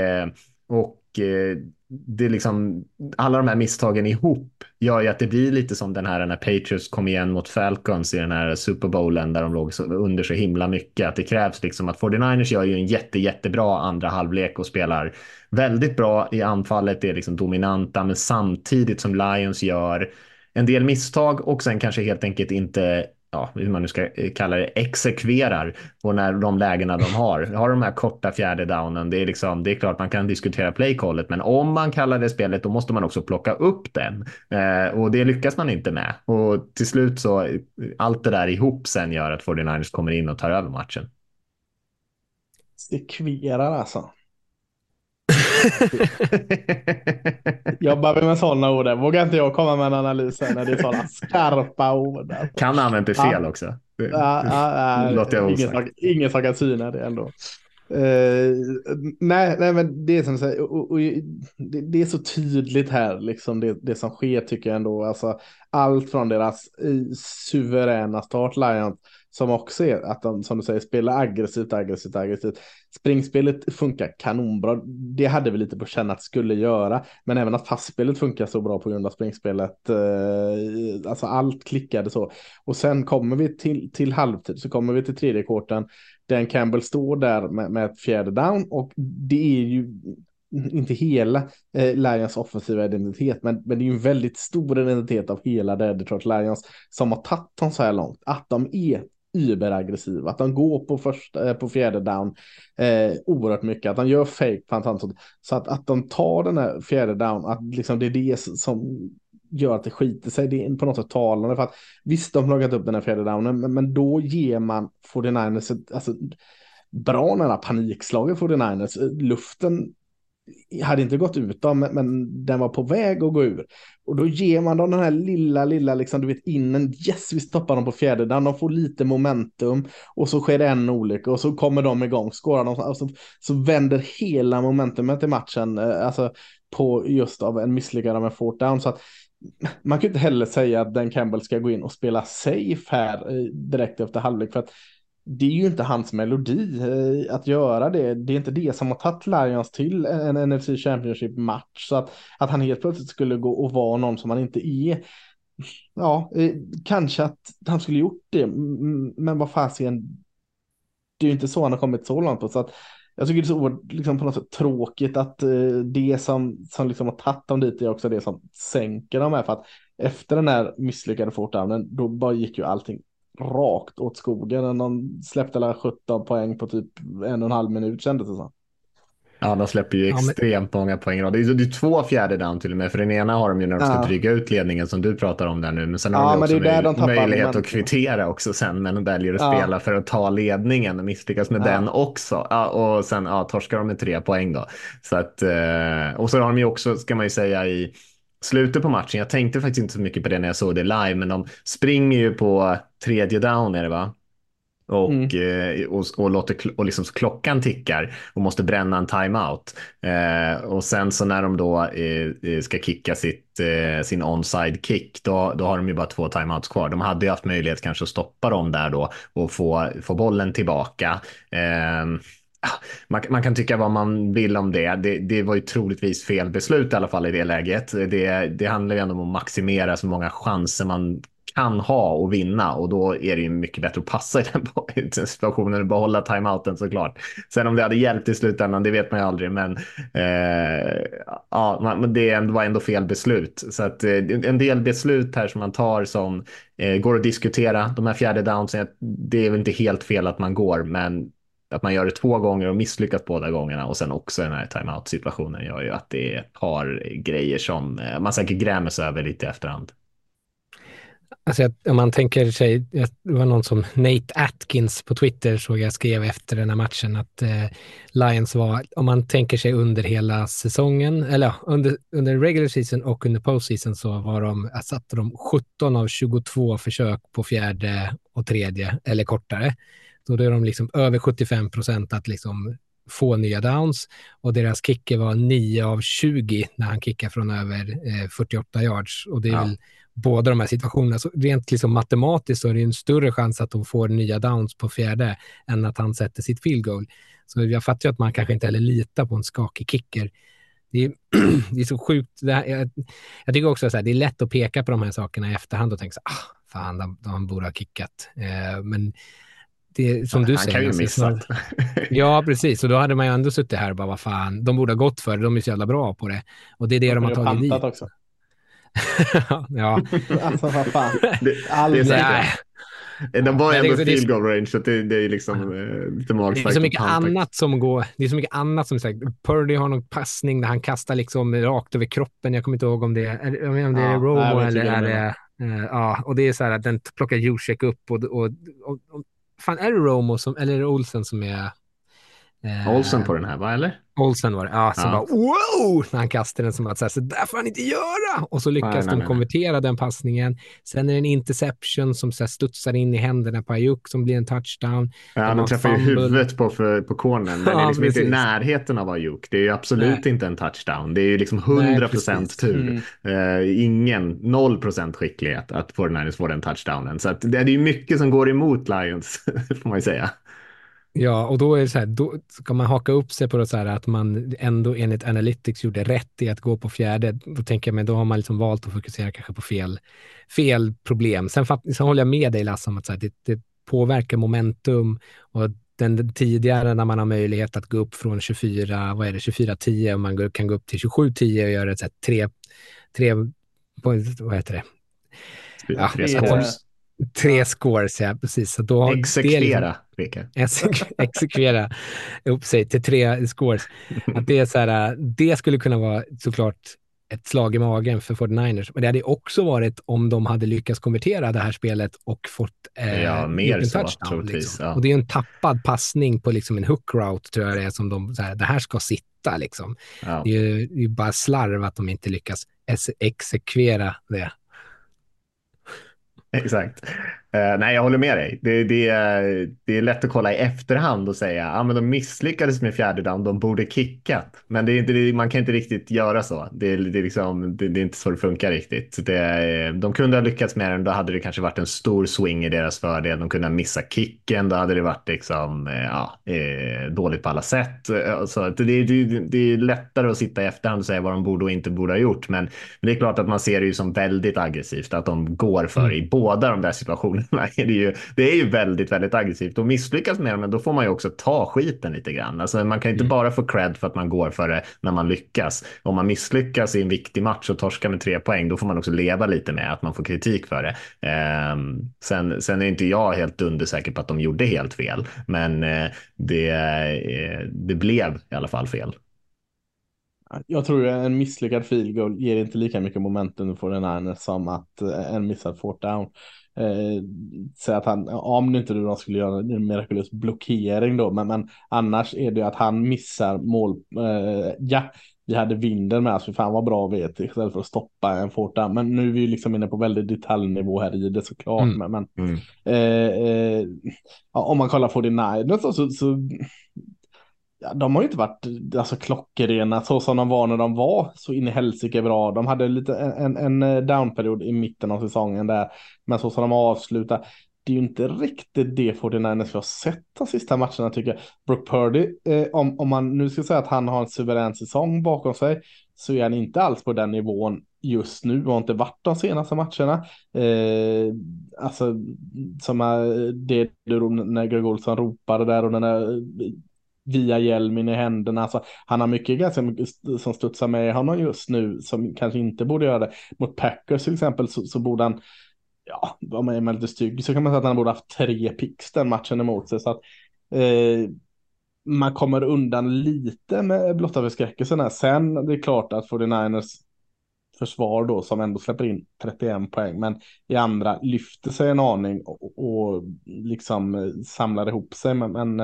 det är liksom, alla de här misstagen ihop gör ju att det blir lite som den här när Patriots kom igen mot Falcons i den här Super Bowlen där de låg under så himla mycket, att det krävs liksom att 49ers gör ju en jättebra andra halvlek och spelar väldigt bra i anfallet, det är liksom dominanta, men samtidigt som Lions gör en del misstag och sen kanske helt enkelt inte ja, hur man nu ska kalla det, exekverar på när de lägena de har de här korta fjärde downen. Det är liksom, det är klart man kan diskutera playcallet, men om man kallar det spelet, då måste man också plocka upp den. Och det lyckas man inte med. Och till slut så, allt det där ihop sen gör att 49ers kommer in och tar över matchen. Sekverar alltså. Jobbar vi med sådana ord? Vågar inte jag komma med en analys här när det är sådana skarpa ord? Alltså. Kan använda fel också. Låter jag osagt. Ingen sak att syna det ändå. Nej, men det är som du säger, och det är så tydligt här liksom det som sker tycker jag ändå. Alltså, allt från deras suveräna start, Lions, som också är att de, som du säger, spelar aggressivt. Springspelet funkar kanonbra. Det hade vi lite på känna att skulle göra. Men även att fastspelet funkar så bra på grund av springspelet. Alltså allt klickade så. Och sen kommer vi till halvtid. Så kommer vi till tredje kvarten. Dan Campbell står där med ett fjärde down. Och det är ju inte hela Lions offensiva identitet. Men det är ju en väldigt stor identitet av hela Detroit Lions som har tagit dem så här långt. Att de är überaggressiva, att de går på fjärde down oerhört mycket, att de gör fake fantastiskt, så att de tar den här fjärde down, att liksom det är det som gör att det skiter sig. Det är på något sätt talande, för att visst, de har plockat upp den här fjärde downen, men då ger man 49ers alltså bra nära panikslaget 49ers. Luften hade inte gått ut då, men den var på väg att gå ur. Och då ger man dem den här lilla liksom, du vet, innen. Yes, vi stoppar dem på fjärde down. De får lite momentum och så sker det en olycka och så kommer de igång, skårar de, alltså, så vänder hela momentumet i matchen alltså på just av en misslyckad med fourth down. Så att man kan inte heller säga att Dan Campbell ska gå in och spela safe här direkt efter halvlek, för att det är ju inte hans melodi att göra det. Det är inte det som har tagit Lions till en NFC Championship-match. Så att han helt plötsligt skulle gå och vara någon som han inte är. Ja, kanske att han skulle gjort det. Men vad fasiken, det är ju inte så han har kommit så långt på. Så att jag tycker det är så liksom, på något sätt tråkigt att det som liksom har tagit dem dit är också det som sänker dem här. För att efter den här misslyckade fourth-downen, då bara gick ju allting rakt åt skogen. De släppte alla 17 poäng på typ 1,5 minut, kändes det så. Ja, de släpper ju extremt många poäng. Det är 2 fjärde down till och med. För den ena har de ju när de ska dryga ut ledningen som du pratar om där nu. Men sen har de också möjlighet att kvittera också sen. Men de väljer att spela för att ta ledningen och misslyckas med den också. Ja, och sen torskar de med 3 poäng då. Så att, och så har de ju också, ska man ju säga, i slutet på matchen. Jag tänkte faktiskt inte så mycket på det när jag såg det live. Men de springer ju på tredje down är det va? Och låter liksom så klockan tickar och måste bränna en timeout. Och sen så när de då ska kicka sin onside kick, då har de ju bara 2 timeouts kvar. De hade ju haft möjlighet kanske att stoppa dem där då och få bollen tillbaka. Man kan tycka vad man vill om det. Det var ju troligtvis fel beslut i alla fall i det läget. Det handlar ju ändå om att maximera så många chanser man kan ha och vinna, och då är det ju mycket bättre att passa i den situationen och behålla timeouten såklart. Sen om det hade hjälpt i slutändan, det vet man ju aldrig, men det var ändå fel beslut. Så att en del beslut här som man tar som går att diskutera, de här fjärde downs, det är väl inte helt fel att man går, men att man gör det 2 gånger och misslyckas båda gångerna, och sen också den här timeout-situationen gör ju att det är ett par grejer som man säkert grämer sig över lite i efterhand. Alltså om man tänker sig, det var någon som Nate Atkins på Twitter så jag skrev efter den här matchen att Lions var, om man tänker sig under hela säsongen, eller under regular season och under postseason, så satte de 17 av 22 försök på fjärde och tredje eller kortare. Då är de liksom över 75% att liksom få nya downs, och deras kicker var 9 av 20 när han kickar från över 48 yards, och det är väl båda de här situationerna, så rent liksom matematiskt så är det en större chans att de får nya downs på fjärde än att han sätter sitt field goal. Så jag fattar ju att man kanske inte heller litar på en skakig kicker. Det är så sjukt. Jag tycker också att det är lätt att peka på de här sakerna i efterhand och tänka så fan, de borde ha kickat. Men det, som du säger, kan ju missa. Ja, precis. Och då hade man ju ändå suttit här och bara, vad fan, de borde ha gått för det. De är så jävla bra på det. Och det är det de har tagit dit. Också. Ja. Alltså vad fan. De var Men ändå det är field goal range, så det är liksom lite det är magstarkt. så mycket annat som går. Det är så mycket annat som sagt. Purdy har någon passning där han kastar liksom rakt över kroppen. Jag kommer inte ihåg om det är, om det är Romo eller är det... ja, och det är så här att den plockar Juszczyk upp och fan, är det Romo som, eller är det Olsen som är... Olsen på den här, va, eller? Olsen var det, ja, som bara wow! När han kastar den som att säga så där får han inte göra! Och så lyckas de konvertera den passningen. Sen är det en interception som så här studsar in i händerna på Ayuk som blir en touchdown. Ja, de träffar ju huvudet på cornern. Den är liksom inte i närheten av Ayuk. Det är ju absolut inte en touchdown. Det är ju liksom 100% tur. Ingen, 0% skicklighet att 49ers får den touchdownen. Så att det är ju mycket som går emot Lions, får man ju säga. Ja, och då är det så här, då ska man haka upp sig på det så här att man ändå enligt Analytics gjorde rätt i att gå på fjärde. Då tänker jag, men då har man liksom valt att fokusera kanske på fel problem. Sen håller jag med dig, Lasse, om att så här, det påverkar momentum, och den tidigare när man har möjlighet att gå upp från 24-10 och man kan gå upp till 27-10 och göra ett så här vad heter det? Ja, tre scores, ja, precis. Så då exekvera, exekvera upp sig till 3 scores. Att det är så här, det skulle kunna vara såklart ett slag i magen för 49ers. Men det hade också varit om de hade lyckats konvertera det här spelet och fått mer så, touchdown. Liksom. Ja. Och det är en tappad passning på liksom en hook route, tror jag det är, som de så här, det här ska sitta liksom. Ja. Det är ju bara slarv att de inte lyckas exekvera det. Exakt. Nej, jag håller med dig. Det är lätt att kolla i efterhand och säga men de misslyckades med fjärde down, de borde kickat. Men det är inte, man kan inte riktigt göra så. Det är inte så det funkar riktigt. De kunde ha lyckats med den, då hade det kanske varit en stor swing i deras fördel. De kunde ha missat kicken, då hade det varit liksom, dåligt på alla sätt. Så det är lättare att sitta i efterhand och säga vad de borde och inte borde ha gjort. Men det är klart att man ser det ju som väldigt aggressivt att de går för i båda de där situationerna. Det är ju väldigt, väldigt aggressivt, och misslyckas med det, men då får man ju också ta skiten lite grann. Alltså, man kan inte bara få cred för att man går för det när man lyckas. Om man misslyckas i en viktig match och torskar med 3 poäng, då får man också leva lite med att man får kritik för det. Sen är inte jag helt dundersäker på att de gjorde helt fel, men det blev i alla fall fel. Jag tror att en misslyckad field goal ger inte lika mycket momentum för en Niners som att en missad fourth down. Säg att han, om inte de skulle göra en mirakulös blockering då, men annars är det att han missar mål. Vi hade vinden med oss, för fan vad bra vi är, istället för att stoppa en fourth down. Men nu är vi liksom inne på väldigt detaljnivå här i det, såklart. Om man kollar på det Niners så ja, de har ju inte varit alltså klockrena så som de var när de var så in i helsike bra. De hade lite en downperiod i mitten av säsongen där, men så som de avslutar, det är ju inte riktigt det 49ers vi har sett de sista matcherna, tycker jag. Brock Purdy, om man nu ska säga att han har en suverän säsong bakom sig, så är han inte alls på den nivån just nu och har inte varit de senaste matcherna. Alltså som det när Greg Olson ropade där, och den där via hjälmen i händerna. Alltså, han har mycket som studsar med honom just nu som kanske inte borde göra det. Mot Packers till exempel så borde han, om man är lite stygg så kan man säga att han borde haft 3 picks den matchen emot sig. Så att man kommer undan lite med blotta förskräckelsen här. Sen det är klart att 49ers försvar då, som ändå släpper in 31 poäng, men i andra lyfter sig en aning och liksom samlar ihop sig. Men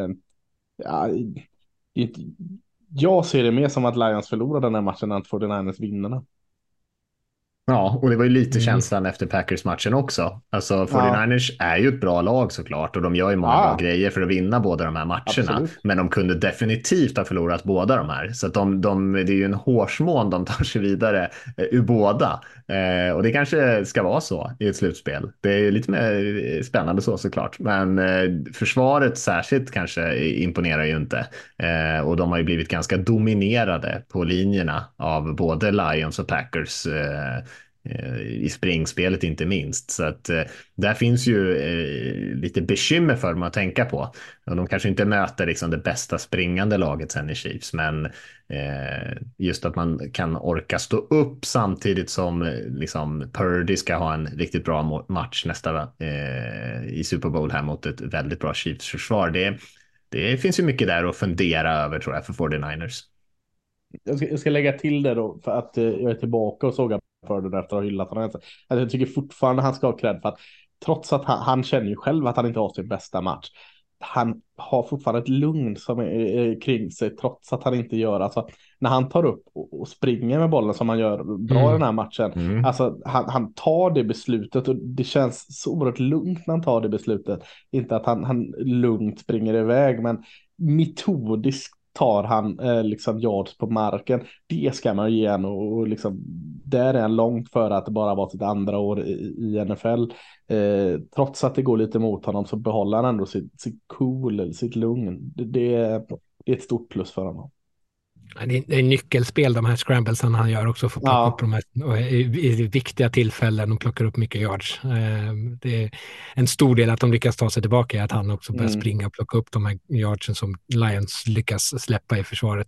jag ser det mer som att Lions förlorar den här matchen än att 49ers vinner. Ja, och det var ju lite känslan efter Packers-matchen också. Alltså 49ers är ju ett bra lag såklart, och de gör ju många bra grejer för att vinna båda de här matcherna. Absolut. Men de kunde definitivt ha förlorat båda de här. Så att det är ju en hårsmån de tar sig vidare ur båda. Och det kanske ska vara så i ett slutspel. Det är lite mer spännande så såklart. Men försvaret särskilt kanske imponerar ju inte. Och de har ju blivit ganska dominerade på linjerna av både Lions och Packers i springspelet inte minst. Så att där finns ju lite bekymmer för dem att tänka på. Och de kanske inte möter liksom det bästa springande laget sen i Chiefs, men just att man kan orka stå upp samtidigt som liksom Purdy ska ha en riktigt bra match nästa i Super Bowl här mot ett väldigt bra Chiefs-försvar. Det finns ju mycket där att fundera över, tror jag, för 49ers. Jag ska lägga till det då, för att jag är tillbaka och sågar för det efter att ha hyllat honom. Alltså, jag tycker fortfarande han ska ha cred för att trots att han känner ju själv att han inte har sin bästa match, han har fortfarande ett lugn som är kring sig trots att han inte gör, alltså när han tar upp och springer med bollen som han gör bra i den här matchen, alltså han tar det beslutet och det känns så oerhört lugnt när han tar det beslutet, inte att han lugnt springer iväg, men metodiskt tar han liksom yards på marken. Det ska man ge han, och liksom, där är han långt före att det bara var sitt andra år i NFL. Trots att det går lite mot honom så behåller han ändå sitt cool, sitt lugn. Det är ett stort plus för honom. Det är nyckelspel, de här scramblesen han gör också för att plocka upp de här i viktiga tillfällen och plockar upp mycket yards. Det är en stor del att de lyckas ta sig tillbaka, att han också börjar springa och plocka upp de här yardsen som Lions lyckas släppa i försvaret.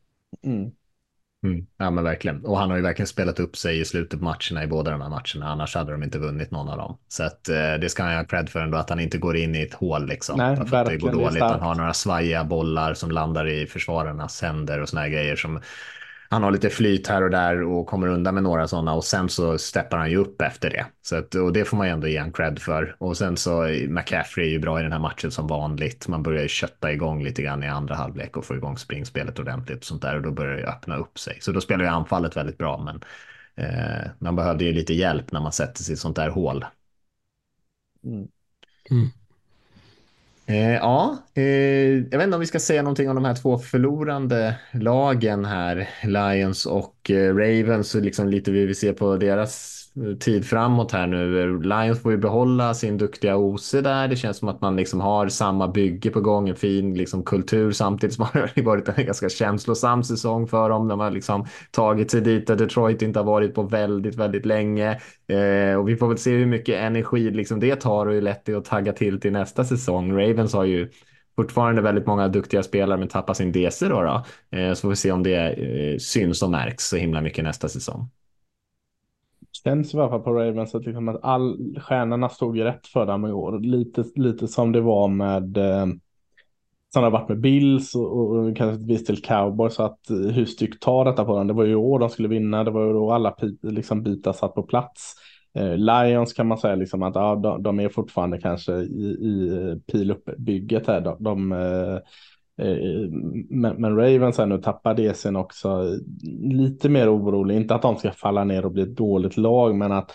Ja, men verkligen. Och han har ju verkligen spelat upp sig i slutet på matcherna i båda de här matcherna. Annars hade de inte vunnit någon av dem. Så att det ska han ha cred för ändå, att han inte går in i ett hål liksom. Nej, för att det går dåligt. Han har några svajiga bollar som landar i försvararnas händer och såna här grejer som han har lite flyt här och där och kommer undan med några sådana, och sen så steppar han ju upp efter det. Så att, och det får man ju ändå ge en cred för. Och sen så McCaffrey är ju bra i den här matchen som vanligt. Man börjar ju kötta igång lite grann i andra halvlek och få igång springspelet ordentligt och sånt där, och då börjar det öppna upp sig. Så då spelar ju anfallet väldigt bra, men man behövde ju lite hjälp när man sätter sig i sånt där hål. Jag vet inte om vi ska säga någonting om de här två förlorande lagen här, Lions och Ravens, och liksom lite vi vill se på deras tid framåt här nu. Lions får ju behålla sin duktiga OC där. Det känns som att man liksom har samma bygge på gång, en fin liksom kultur, samtidigt som det har varit en ganska känslosam säsong för dem. De har liksom tagit sig dit där Detroit inte har varit på väldigt, väldigt länge. Och vi får väl se hur mycket energi liksom det tar och hur lätt det är att tagga till nästa säsong. Ravens har ju fortfarande väldigt många duktiga spelare, men tappar sin DC då. Så får vi se om det syns och märks så himla mycket nästa säsong. Känns i alla fall på Ravens att, liksom att stjärnorna stod rätt för dem i år. Lite som det var med som det har varit med Bills och kanske visst till Cowboys, så att hur styggt tar detta på dem. Det var ju år de skulle vinna, det var ju då alla liksom bitar satt på plats. Lions kan man säga liksom att de är fortfarande kanske i pil upp-bygget här. Men Ravens här nu tappar DC:n också, lite mer orolig. Inte att de ska falla ner och bli ett dåligt lag, men att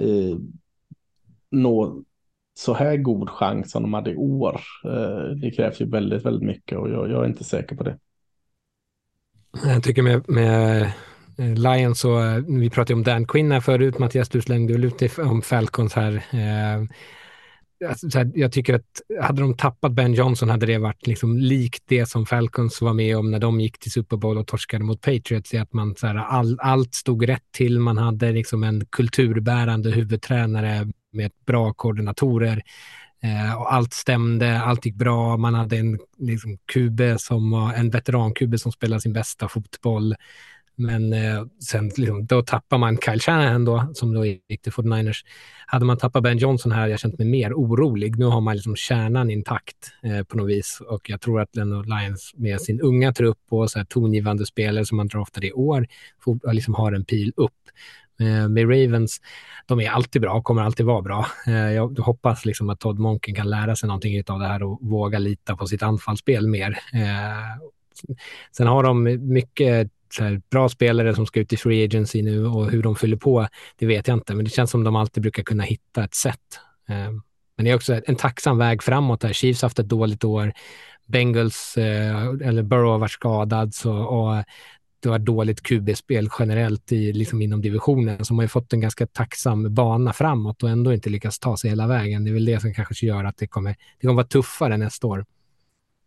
nå så här god chans som de hade i år. Det krävs ju väldigt, väldigt mycket, och jag är inte säker på det. Jag tycker med Lions, så vi pratade om Dan Quinn här förut. Mattias, du slängde väl ut om Falcons här. Jag tycker att hade de tappat Ben Johnson hade det varit liksom likt det som Falcons var med om när de gick till Super Bowl och torskade mot Patriots, i att man så här, allt stod rätt till. Man hade liksom en kulturbärande huvudtränare med bra koordinatorer, och allt stämde, allt gick bra. Man hade en liksom QB som var en veteran-QB som spelade sin bästa fotboll. Men sen liksom, då tappar man Kyle Shanahan då, som då gick till 49ers. Hade man tappat Ben Johnson här, jag känt mig mer orolig. Nu har man liksom kärnan intakt på något vis, och jag tror att Lions med sin unga trupp och så här tongivande spelare som man draftade i år liksom har en pil upp. Med Ravens, de är alltid bra, kommer alltid vara bra. Jag hoppas liksom att Todd Monken kan lära sig någonting av det här och våga lita på sitt anfallsspel mer. Sen har de mycket så här bra spelare som ska ut i free agency nu, och hur de fyller på, det vet jag inte, men det känns som de alltid brukar kunna hitta ett sätt. Men det är också en tacksam väg framåt där. Chiefs har haft ett dåligt år, Bengals eller Burrow har varit skadad, och det var dåligt QB-spel generellt liksom inom divisionen, så man har ju fått en ganska tacksam bana framåt och ändå inte lyckas ta sig hela vägen. Det är väl det som kanske gör att det kommer vara tuffare nästa år.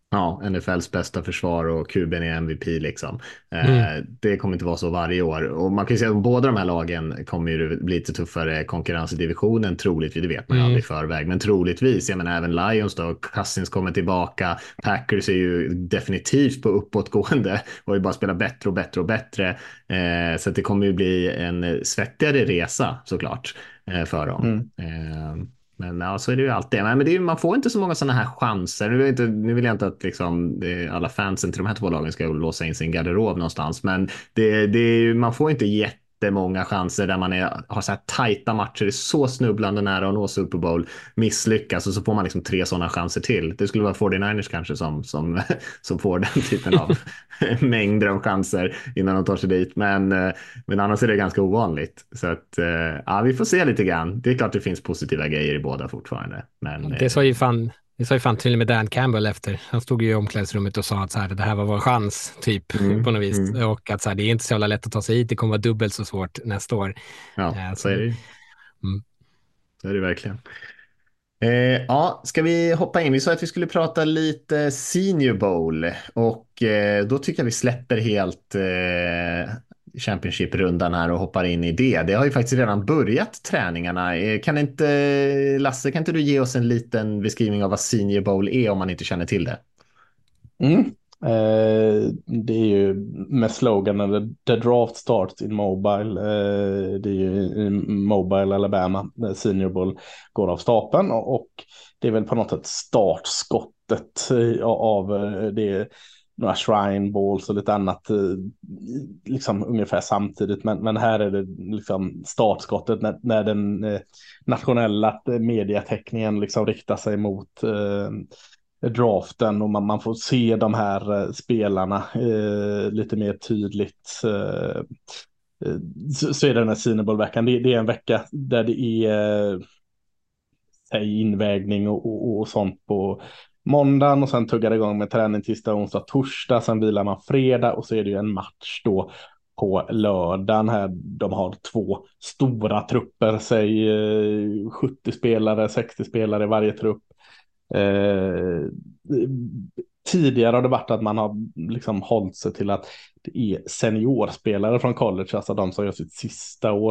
Ja, NFLs bästa försvar och QB:n är MVP liksom. Mm. Det kommer inte vara så varje år. Och man kan ju säga att båda de här lagen kommer ju bli lite tuffare konkurrens i divisionen troligtvis. Det vet man ju aldrig i förväg. Men troligtvis, jag menar även Lions då, Cousins kommer tillbaka. Packers är ju definitivt på uppåtgående och har ju bara spelat bättre och bättre och bättre. Så att det kommer ju bli en svettigare resa såklart för dem. Men ja, så är det ju alltid. Men det är, man får inte så många sådana här chanser. Nu vill jag inte att liksom, alla fansen till de här två lagen ska låsa in sin garderob någonstans. Men man får inte jättemånga chanser där man har så här tajta matcher. Det är så snubblande nära att nå Super Bowl. Misslyckas och så får man liksom 3 sådana chanser till. Det skulle vara 49ers kanske som får den typen av mängder av chanser innan de tar sig dit. Men annars är det ganska ovanligt. Så att ja, vi får se lite grann. Det är klart det finns positiva grejer i båda fortfarande. Men, det sa ju fan till och med Dan Campbell efter. Han stod ju i omklädningsrummet och sa att så här, det här var vår chans typ på något vis. Och att så här, det är inte så jävla lätt att ta sig hit. Det kommer vara dubbelt så svårt nästa år. Ja, så är det ju. Så är det verkligen. Ja, ska vi hoppa in? Vi sa att vi skulle prata lite Senior Bowl och då tycker jag vi släpper helt Championship-rundan här och hoppar in i det. Det har ju faktiskt redan börjat träningarna. Lasse, kan inte du ge oss en liten beskrivning av vad Senior Bowl är om man inte känner till det? Det är ju med sloganen The Draft Starts in Mobile. Det är ju i Mobile, Alabama, Senior Bowl går av stapeln och det är väl på något sätt startskottet av det. Några Shrine Balls och lite annat liksom ungefär samtidigt, men här är det liksom startskottet när den nationella mediateckningen liksom riktar sig mot draften och man får se de här spelarna lite mer tydligt. Så är det den här Senior Bowl-veckan. Det är en vecka där det är invägning och sånt på måndagen och sen tuggar det igång med träning tisdag, onsdag, torsdag. Sen vilar man fredag och så är det ju en match då på lördagen här. De har 2 stora trupper, säg 70 spelare, 60 spelare i varje trupp. Tidigare har det varit att man har liksom hållit sig till att det är seniorspelare från college, alltså de som gör sitt sista år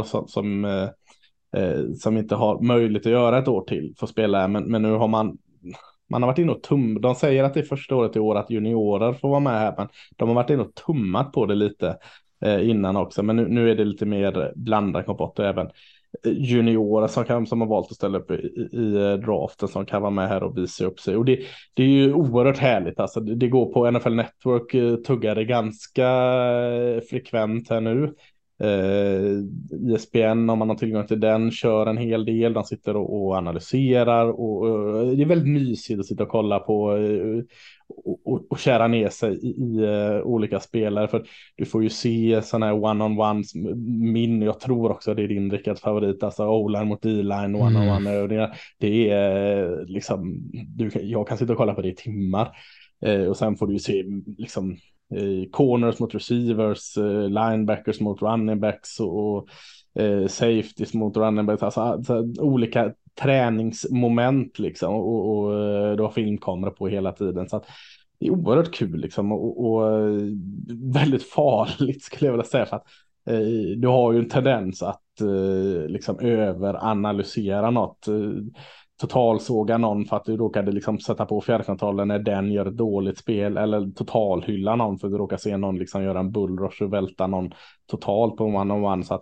som inte har möjlighet att göra ett år till för att spela. Men nu har man har varit inne och de säger att det är första året i år att juniorer får vara med här, men de har varit inne och tummat på det lite innan också. Men nu är det lite mer blandad kompott och även juniorer som har valt att ställa upp i draften som kan vara med här och visa upp sig. Och det är ju oerhört härligt. Alltså, det går på NFL Network, tuggar det ganska frekvent här nu. ESPN, om man har tillgång till den, kör en hel del. De sitter och analyserar och det är väldigt mysigt att sitta och kolla på och kära ner sig i olika spelare, för du får ju se sådana här one-on-ones. Jag tror också det är din Rickards favorit, alltså O-line mot D-line, one-on-one övningar. Det är liksom, jag kan sitta och kolla på det i timmar. Och sen får du ju se liksom corners mot receivers, linebackers mot running backs och safeties mot running backs, alltså olika träningsmoment liksom, och du har filmkamera på hela tiden, så att det är oerhört kul liksom, och väldigt farligt skulle jag vilja säga, för att du har ju en tendens att liksom överanalysera något, totalsåga någon för att du råkade liksom sätta på fjärrkontrollen när den gör ett dåligt spel, eller totalhylla någon för att du råkar se någon liksom göra en bullrush och välta någon totalt på one-on-one. Så att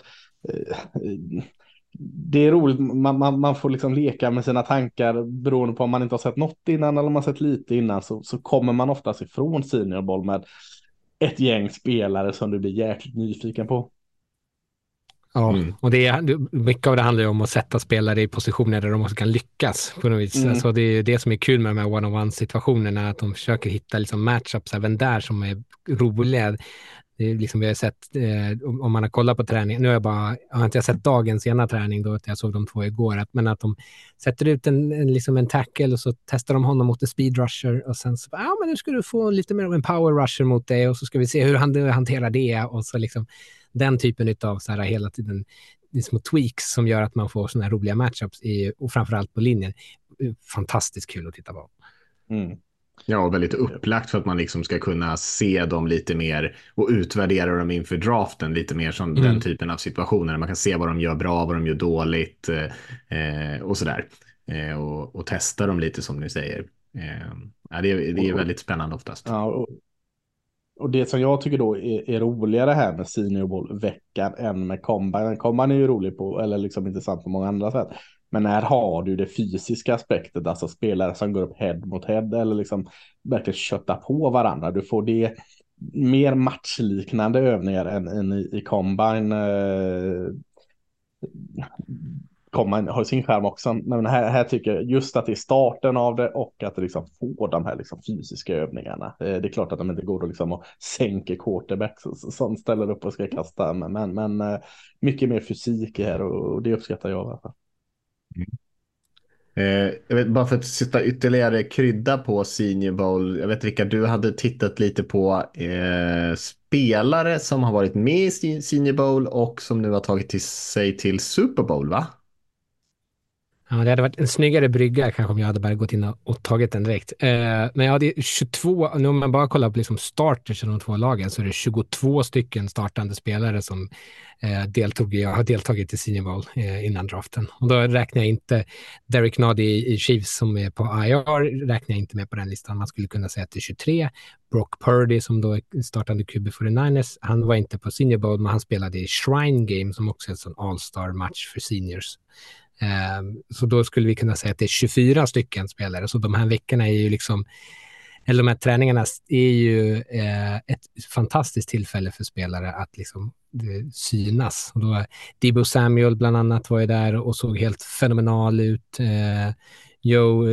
det är roligt, man får liksom leka med sina tankar beroende på om man inte har sett något innan eller om man har sett lite innan, så kommer man oftast ifrån Senior Bowl med ett gäng spelare som du blir jäkligt nyfiken på. Ja, och mycket av det handlar ju om att sätta spelare i positioner där de också kan lyckas på något vis. Alltså det är det som är kul med de här one-on-one-situationerna, att de försöker hitta liksom matchups även där som är roliga. Det är liksom, vi har sett, om man har kollat på träning, nu har jag inte sett dagens ena träning då, att jag såg de 2 igår, men att de sätter ut en tackle och så testar de honom mot en speed rusher och sen så, men nu ska du få lite mer av en power rusher mot dig och så ska vi se hur han hanterar det, och så liksom den typen av så här hela tiden små tweaks som gör att man får såna här roliga matchups och framförallt på linjen. Fantastiskt kul att titta på. Ja, väldigt upplagt för att man liksom ska kunna se dem lite mer och utvärdera dem inför draften lite mer som den typen av situationer. Man kan se vad de gör bra, vad de gör dåligt och sådär. Och testa dem lite som ni säger. Ja, det är väldigt spännande oftast. Ja, och det som jag tycker då är roligare här med Senior Bowl-veckan än med Combine. Combine är ju rolig på, eller liksom intressant på många andra sätt. Men här har du det fysiska aspektet, alltså spelare som går upp head mot head eller liksom verkligen köttar på varandra. Du får det mer matchliknande övningar än i Combine. Combine har sin skärm också, men här tycker jag just att det är starten av det och att det liksom får de här liksom fysiska övningarna. Det är klart att de inte går liksom och sänker quarterback som ställer upp och ska kasta, men mycket mer fysik här och det uppskattar jag i alla fall. Jag vet, bara för att sitta ytterligare krydda på Senior Bowl. Jag vet Rickard, du hade tittat lite på spelare som har varit med i Senior Bowl och som nu har tagit sig till Super Bowl, va? Ja, det hade varit en snyggare brygga kanske om jag hade bara gått in och tagit den direkt. Men jag hade 22, nu om man bara kollar på liksom starters i de två lagen så är det 22 stycken startande spelare som har deltagit i Senior Bowl innan draften. Och då räknar jag inte Derek Noddy i Chiefs som är på IR, räknar jag inte med på den listan. Man skulle kunna säga att det är 23. Brock Purdy som då är startande QB 49ers, han var inte på Senior Bowl men han spelade i Shrine Game som också är en sån all-star match för seniors. Så då skulle vi kunna säga att det är 24 stycken spelare. Så de här veckorna är ju liksom, eller de här träningarna är ju ett fantastiskt tillfälle för spelare att liksom synas. Och då Debo Samuel bland annat var ju där och såg helt fenomenal ut. Joe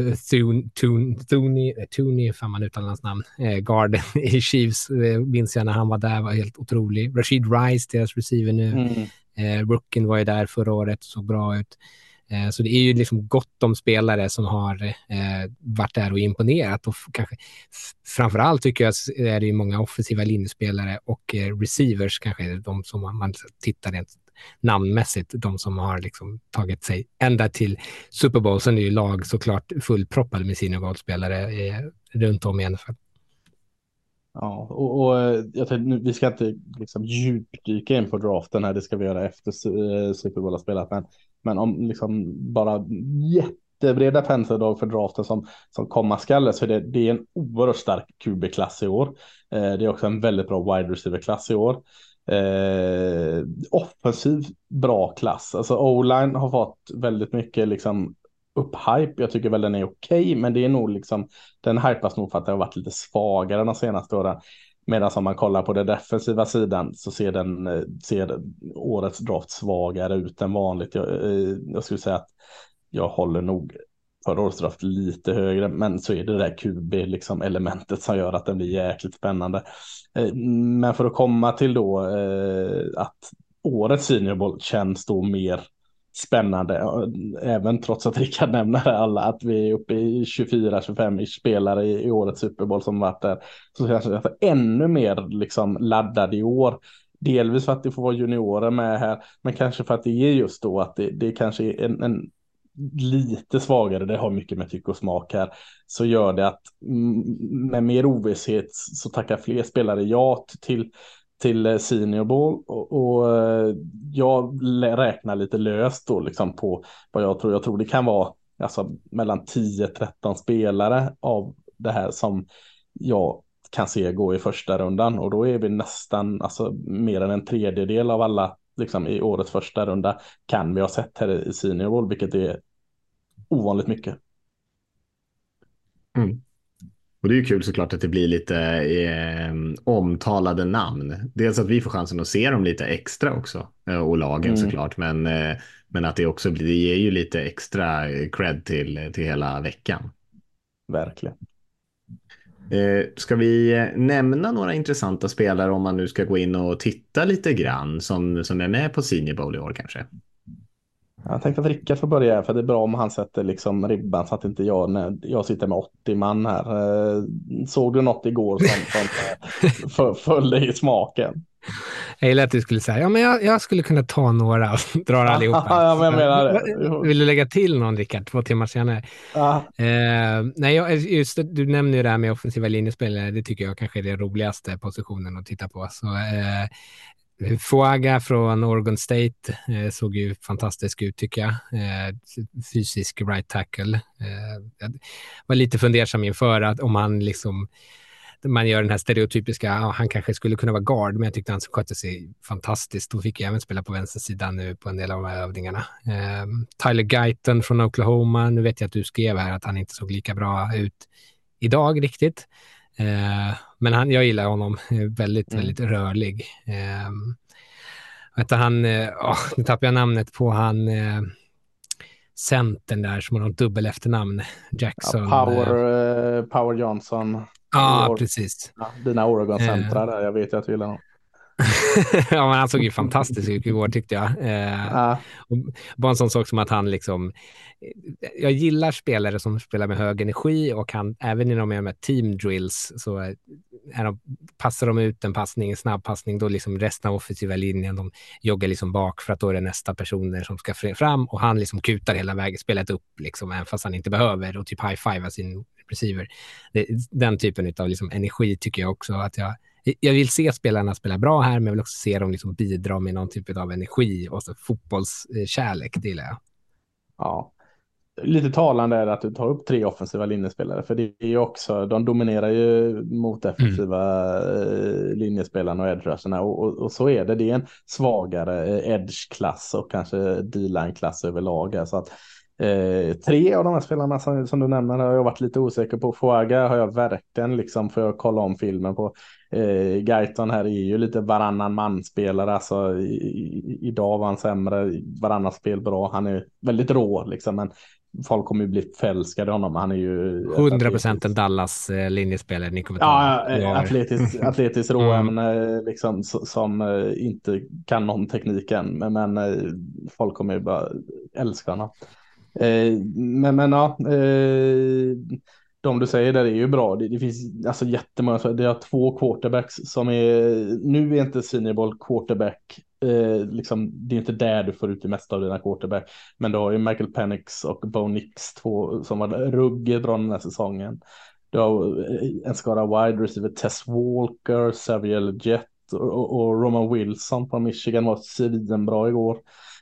Tooney, fan man uttalar hans namn, Garden i Chiefs, minns jag när han var där, var helt otrolig. Rashid Rice, deras receiver nu. Rookien var ju där förra året, såg bra ut. Så det är ju liksom gott om spelare som har varit där och imponerat och kanske framförallt tycker jag är det ju många offensiva linjespelare och receivers kanske de som man tittar rent namnmässigt, de som har liksom tagit sig ända till Super Bowl. Sen är ju lag såklart fullproppade med sina valspelare runt om i NFL. Ja, och jag tänkte, vi ska inte liksom djupdyka in på draften här, det ska vi göra efter Super Bowl har spelat, men om liksom bara jättebreda penseldrag för draften som komma skall, så det är en oerhört stark QB-klass i år. Det är också en väldigt bra wide receiver-klass i år. Offensiv bra klass. Alltså O-line har fått väldigt mycket liksom upphype. Jag tycker väl den är okej, men det är nog liksom, den hypas nog för att det har varit lite svagare de senaste åren. Medan om man kollar på den defensiva sidan så ser årets draft svagare ut än vanligt. Jag skulle säga att jag håller nog förra årets draft lite högre, men så är det där QB liksom elementet som gör att den blir jäkligt spännande. Men för att komma till då att årets Senior Bowl känns då mer spännande, även trots att Rickard nämner alla att vi är uppe i 24-25 spelare i årets Super Bowl som varit där, så känns det ännu mer liksom laddad i år. Delvis för att det får vara juniorer med här, men kanske för att det är just då att det kanske är en lite svagare, det har mycket med tyck och smak här, så gör det att med mer ovisshet så tackar fler spelare ja till Senior Bowl och jag räknar lite löst då liksom på vad jag tror det kan vara alltså mellan 10-13 spelare av det här som jag kan se gå i första rundan, och då är vi nästan alltså mer än en tredjedel av alla liksom i årets första runda kan vi ha sett här i Senior Bowl, vilket är ovanligt mycket. Och det är ju kul såklart att det blir lite omtalade namn. Dels att vi får chansen att se dem lite extra också. Och lagen såklart. Men att det också det ger ju lite extra cred till hela veckan. Verkligen. Ska vi nämna några intressanta spelare om man nu ska gå in och titta lite grann som är med på Senior Bowl i år kanske? Jag tänkte att Rickard får börja, för det är bra om han sätter liksom ribban så att inte jag sitter med 80 man här. Såg du något igår som föll dig i smaken? Jag gillar att du skulle säga, ja men jag skulle kunna ta några och dra allihopa. Ja, men jag menar det. Vill du lägga till någon, Rickard, 2 timmar senare? Ja. Nej, just det, du nämner ju det här med offensiva linjespelare. Det tycker jag kanske är den roligaste positionen att titta på. Så Fuaga från Oregon State såg ju fantastisk ut tycker jag. Fysisk right tackle. Jag var lite fundersam inför att om han liksom man gör den här stereotypiska, han kanske skulle kunna vara guard, men jag tyckte han skötte sig fantastiskt. Då fick jag även spela på vänstersidan nu på en del av de här övningarna. Tyler Guyton från Oklahoma, nu vet jag att du skrev här att han inte såg lika bra ut idag riktigt. Men jag gillar honom, väldigt rörlig. Nu tappar jag namnet på han centern där som har något dubbel efternamn. Jackson. Ja, Power Johnson. Ja, precis. Ja, dina Oregon-centra där, jag vet att du gillar honom. Ja, men han såg ju fantastisk ut igår tyckte jag. Och bara en sån sak som att han liksom... Jag gillar spelare som spelar med hög energi och även inom de här team drills så passar de ut en passning, en snabb passning, då liksom resten av offensiva linjen, de joggar liksom bak för att då är det nästa personer som ska fram och han liksom kutar hela vägen, spelat upp liksom, även fast han inte behöver och typ high-five sin receiver. Den typen av liksom energi tycker jag också att jag vill se spelarna spela bra här, men jag vill också se dem liksom bidra med någon typ av energi och så fotbollskärlek, det gillar jag. Ja, lite talande är att du tar upp 3 offensiva linjespelare, för det är ju också, de dominerar ju mot defensiva linjespelarna och edge-rusherna och så är det är en svagare edge-klass och kanske D-line-klass överlag. Så att 3 av de här spelarna som du nämner har jag varit lite osäker på. Fuaga har jag verkligen liksom, för att kolla om filmen på. Guyton här är ju lite varannan manspelare, alltså idag var han sämre, varannan spel bra, han är väldigt rå liksom, men folk kommer ju bli förälskade honom, han är ju 100% en Dallas linjespelare, ni kommer atletisk rå, men liksom som inte kan någon tekniken, men folk kommer ju bara älska honom. De du säger där är ju bra. Det finns alltså jättemånga. Det har 2 quarterbacks som nu är inte Senior Bowl quarterback. Liksom, det är inte där du får ut det mesta av dina quarterback. Men du har ju Michael Penix och Bo Nix 2 som var ruggigt bra den här säsongen. Du har en skara wide receiver, Tess Walker, Xavier Jett och Roman Wilson från Michigan var svinbra igår.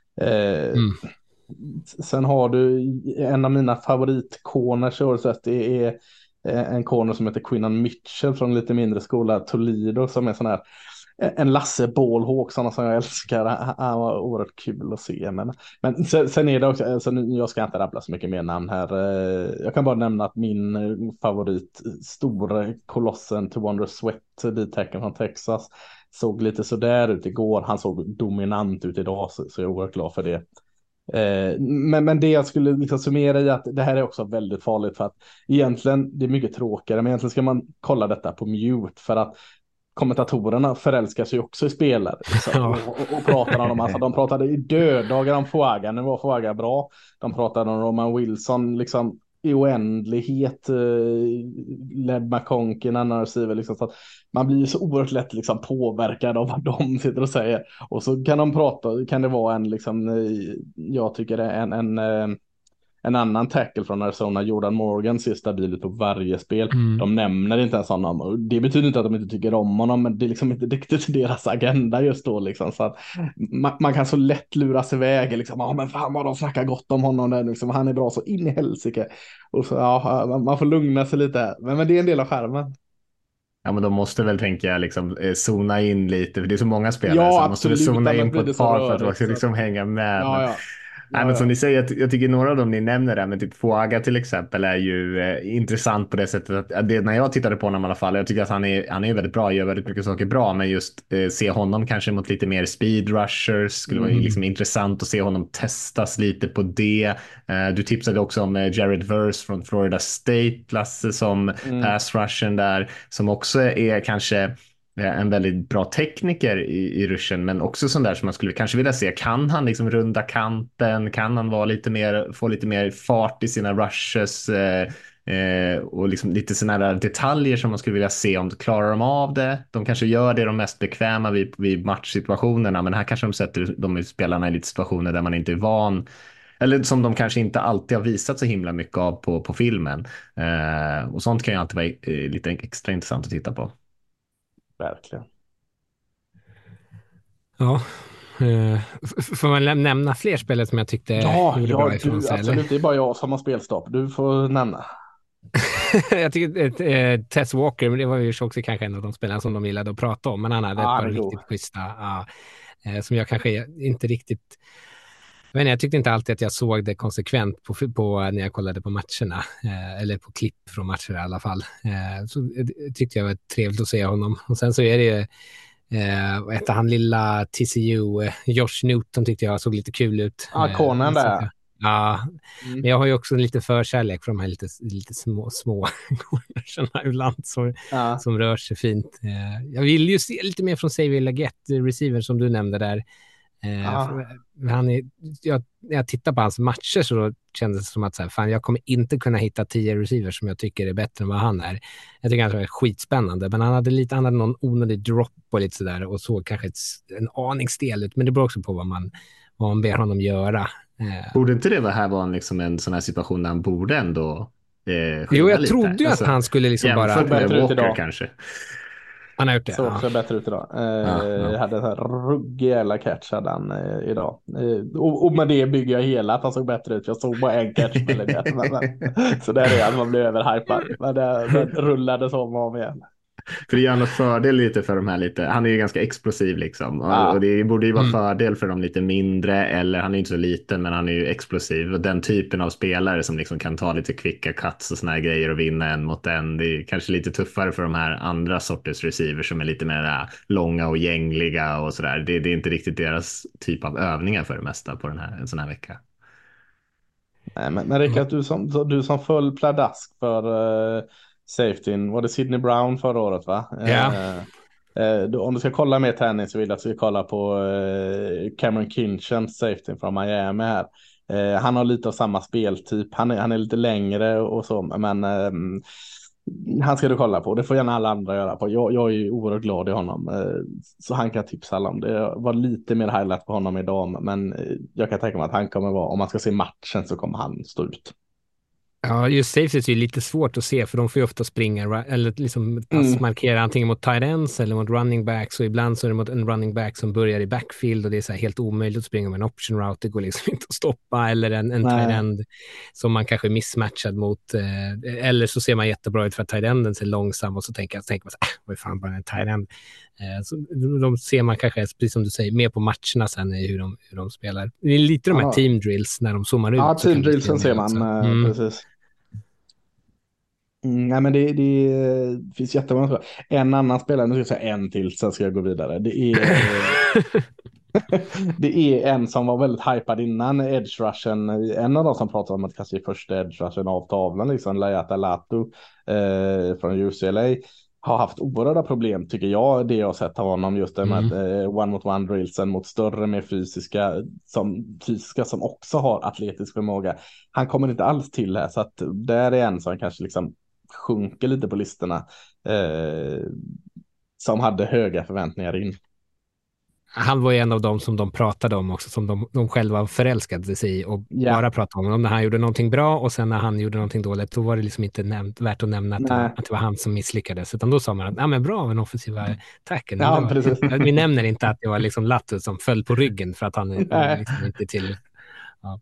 Sen har du en av mina favoritcorners, så att det är en corner som heter Quinnan Mitchell från lite mindre skola, Toledo, som är sån här en Lasse Bålhåk, sådana som jag älskar. Han var oerhört kul att se. Men sen är det också, alltså, jag ska inte rabbla så mycket mer namn här. Jag kan bara nämna att min favorit, stora kolossen till Wonder Sweat, D-tacken från Texas, såg lite sådär ut igår. Han såg dominant ut idag, så jag är oerhört glad för det. Men det jag skulle liksom summera i att det här är också väldigt farligt, för att egentligen, det är mycket tråkigare, men egentligen ska man kolla detta på mute, för att kommentatorerna förälskar sig också i spelare liksom, och pratar om dem. Alltså, de pratade i döddagar om Fuaga, nu var Fuaga bra. De pratade om Roman Wilson liksom i oändlighet, Led McConkey, en annan receiver liksom, så att man blir så oerhört lätt liksom påverkad av vad de sitter och säger, och så kan de prata, kan det vara en liksom, jag tycker en annan tackle från Arizona, Jordan Morgan, ser stabil på varje spel. De nämner inte ens honom. Det betyder inte att de inte tycker om honom, men det är liksom inte riktigt deras agenda just då. Liksom. Så att man kan så lätt luras iväg. Liksom, men fan vad de snackar gott om honom där. Liksom, han är bra så in i helsike. Och så, man får lugna sig lite. Men det är en del av skärmen. Ja, men de måste väl tänka liksom zona in lite, för det är så många spelare, ja, så absolut, måste zona in på ett par för att de ska liksom hänga med. Ja. Nej, men som ni säger, jag tycker några av dem ni nämner där, men typ Fuaga till exempel är ju intressant på det sättet att när jag tittade på honom i alla fall, jag tycker att han är väldigt bra, gör väldigt mycket saker bra, men just se honom kanske mot lite mer speed rushers skulle vara liksom intressant att se honom testas lite på det. Du tipsade också om Jared Verse från Florida State, Lasse, som pass rushen där, som också är kanske en väldigt bra tekniker i ruschen, men också sån där som man skulle kanske vilja se. Kan han liksom runda kanten? Kan han vara få lite mer fart i sina rushes? Och liksom lite sådana där detaljer som man skulle vilja se om de klarar de av det. De kanske gör det de mest bekväma vid matchsituationerna, men här kanske de sätter de spelarna i lite situationer där man inte är van, eller som de kanske inte alltid har visat så himla mycket av på filmen. Och sånt kan ju alltid vara lite extra intressant att titta på. Verkligen. Ja. Får man nämna fler spelare som jag tyckte gjorde bra ifrån sig? Absolut, eller? det är bara jag som har spelstopp. Du får nämna. Jag tycker Tess Walker, men det var ju också kanske en av de spelarna som de gillade att prata om, men han hade ett par riktigt schyssta som jag kanske inte riktigt. Jag tyckte inte alltid att jag såg det konsekvent på när jag kollade på matcherna, eller på klipp från matcher i alla fall. Så tyckte jag var trevligt att se honom. Och sen så är det ju vad heter han, lilla TCU, Josh Newton tyckte jag såg lite kul ut. Konen där. Ja, men jag har ju också lite förkärlek för de här lite små cornersarna ibland som rör sig fint. Jag vill ju se lite mer från Xavier Legette, receiver som du nämnde där. När jag tittar på hans matcher så kändes det som att jag kommer inte kunna hitta 10 receivers som jag tycker är bättre än vad han är. Jag tycker han är skitspännande, men han hade någon onödig drop och lite sådär och såg kanske en aning stel ut, men det beror också på vad man ber honom göra. Borde inte det vara liksom en sån här situation där han borde ändå jo, jag trodde ju att han skulle liksom bara jämfört med Walker kanske. Han har gjort det. Såg också bättre ut idag. Hade en sån här ruggig jävla catch hade han idag. Och med det bygger jag hela att han såg bättre ut. Jag såg bara en catch på det. Så där är att man blir överhypad. Men det rullade som om igen. För det är en fördel lite för de här lite, han är ju ganska explosiv liksom och det borde ju vara fördel för de lite mindre, eller han är inte så liten men han är ju explosiv, och den typen av spelare som liksom kan ta lite kvicka cuts och såna här grejer och vinna en mot en. Det är kanske lite tuffare för de här andra sorters receivers som är lite mer långa och gängliga och sådär. Det är inte riktigt deras typ av övningar för det mesta på en sån här vecka. Nej, men Rickard, du som föll pladask för safetyn, var det Sidney Brown förra året va? Ja. Om du ska kolla mer träning så vill jag att du ska kolla på Cameron Kinchens safetyn från Miami här. Han har lite av samma speltyp, han är lite längre och så, men han ska du kolla på. Det får gärna alla andra göra på. Jag är ju oerhört glad i honom, så han kan tipsa alla om det. Jag var lite mer highlight på honom idag, men jag kan tänka mig att han kommer vara, om man ska se matchen så kommer han stå ut. Ja, just safeties är ju lite svårt att se, för de får ju ofta springa eller liksom passmarkera antingen mot tight ends eller mot running backs, och ibland så är det mot en running back som börjar i backfield och det är så här helt omöjligt att springa med en option route, det går liksom inte att stoppa, eller en tight end som man kanske är missmatchad mot, eller så ser man jättebra ut för att tight enden ser långsam och så tänker man så vad fan bara en tight end. Så de ser man kanske, precis som du säger, mer på matcherna sen i hur de spelar. Det är lite de här team drills när de zoomar ut. Ja, team drillsen ser man, precis. Nej, men det finns jättemånga. En annan spelare, nu ska jag säga en till, sen ska jag gå vidare. Det är en som var väldigt hypad innan, edge rushen. En av de som pratade om att kanske är första edge rushen av tavlan, liksom Layata Latu från UCLA. Har haft oerhörda problem tycker jag, det jag har sett av honom, just det med one-mot-one drillsen mot större, mer fysiska som också har atletisk förmåga. Han kommer inte alls till här, så att där är en som kanske liksom sjunker lite på listorna, som hade höga förväntningar in. Han var ju en av dem som de pratade om också, som de själva förälskade sig i och bara pratade om när han gjorde någonting bra, och sen när han gjorde någonting dåligt då var det liksom inte värt att nämna att det var han som misslyckades, utan då sa man att men bra, en offensiva tacken. Vi nämner inte att det var liksom Latu som föll på ryggen för att han liksom inte till. Ja.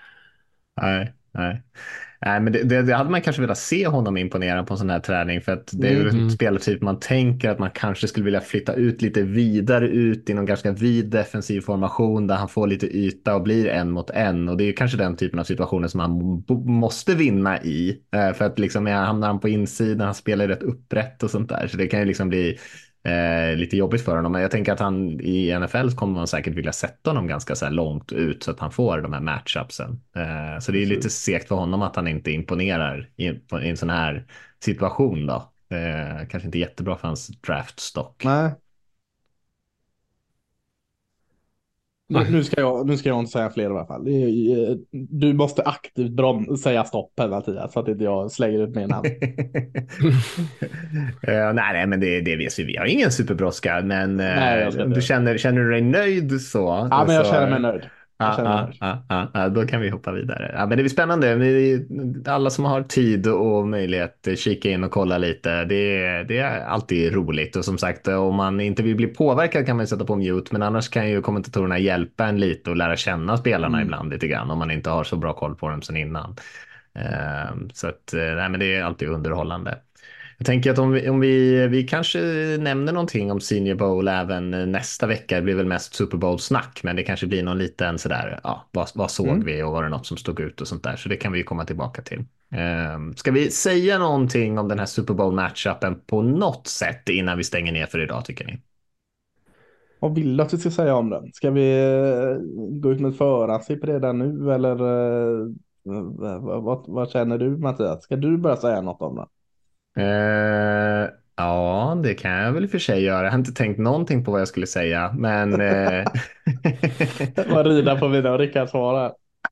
Nej, men det hade man kanske velat se honom imponera på en sån här träning, för att det är ju en spelartyp man tänker att man kanske skulle vilja flytta ut lite vidare ut i någon ganska vid defensiv formation där han får lite yta och blir 1-mot-1, och det är kanske den typen av situationer som han måste vinna i, för att liksom hamnar han på insidan, han spelar rätt upprätt och sånt där, så det kan ju liksom bli lite jobbigt för honom. Men jag tänker att han i NFL kommer man säkert vilja sätta honom ganska så här långt ut så att han får de här matchupsen. Så det är lite segt för honom att han inte imponerar i en sån här situation då. Kanske inte jättebra för hans draftstock. Nej. Nu ska jag inte säga fler i alla fall. Du måste aktivt säga stopp hela tiden så att inte jag slänger ut mer namn. Nej, men det vet vi har ingen superbrådska, men du känner du dig nöjd så? Ja, men jag känner mig nöjd. Då kan vi hoppa vidare. Ja, men det blir spännande. Alla som har tid och möjlighet kika in och kolla lite. Det är alltid roligt. Och som sagt, om man inte vill bli påverkad kan man sätta på mute. Men annars kan ju kommentatorerna hjälpa en lite och lära känna spelarna ibland lite grann. Om man inte har så bra koll på dem sedan innan. Så att, nej, men det är alltid underhållande. Jag tänker att om vi kanske nämner någonting om Senior Bowl även nästa vecka. Det blir väl mest Super Bowl-snack, men det kanske blir någon liten sådär, ja, vad såg vi och var det något som stod ut och sånt där. Så det kan vi komma tillbaka till. Ska vi säga någonting om den här Super Bowl-matchupen på något sätt innan vi stänger ner för idag, tycker ni? Vad vill du att vi ska säga om den? Ska vi gå ut med ett förhandsip redan nu eller vad känner du, Mattias? Ska du börja säga något om den? Ja, det kan jag väl i och för sig göra. Jag har inte tänkt någonting på vad jag skulle säga, men... Vad rida på mina och Rickard svarar.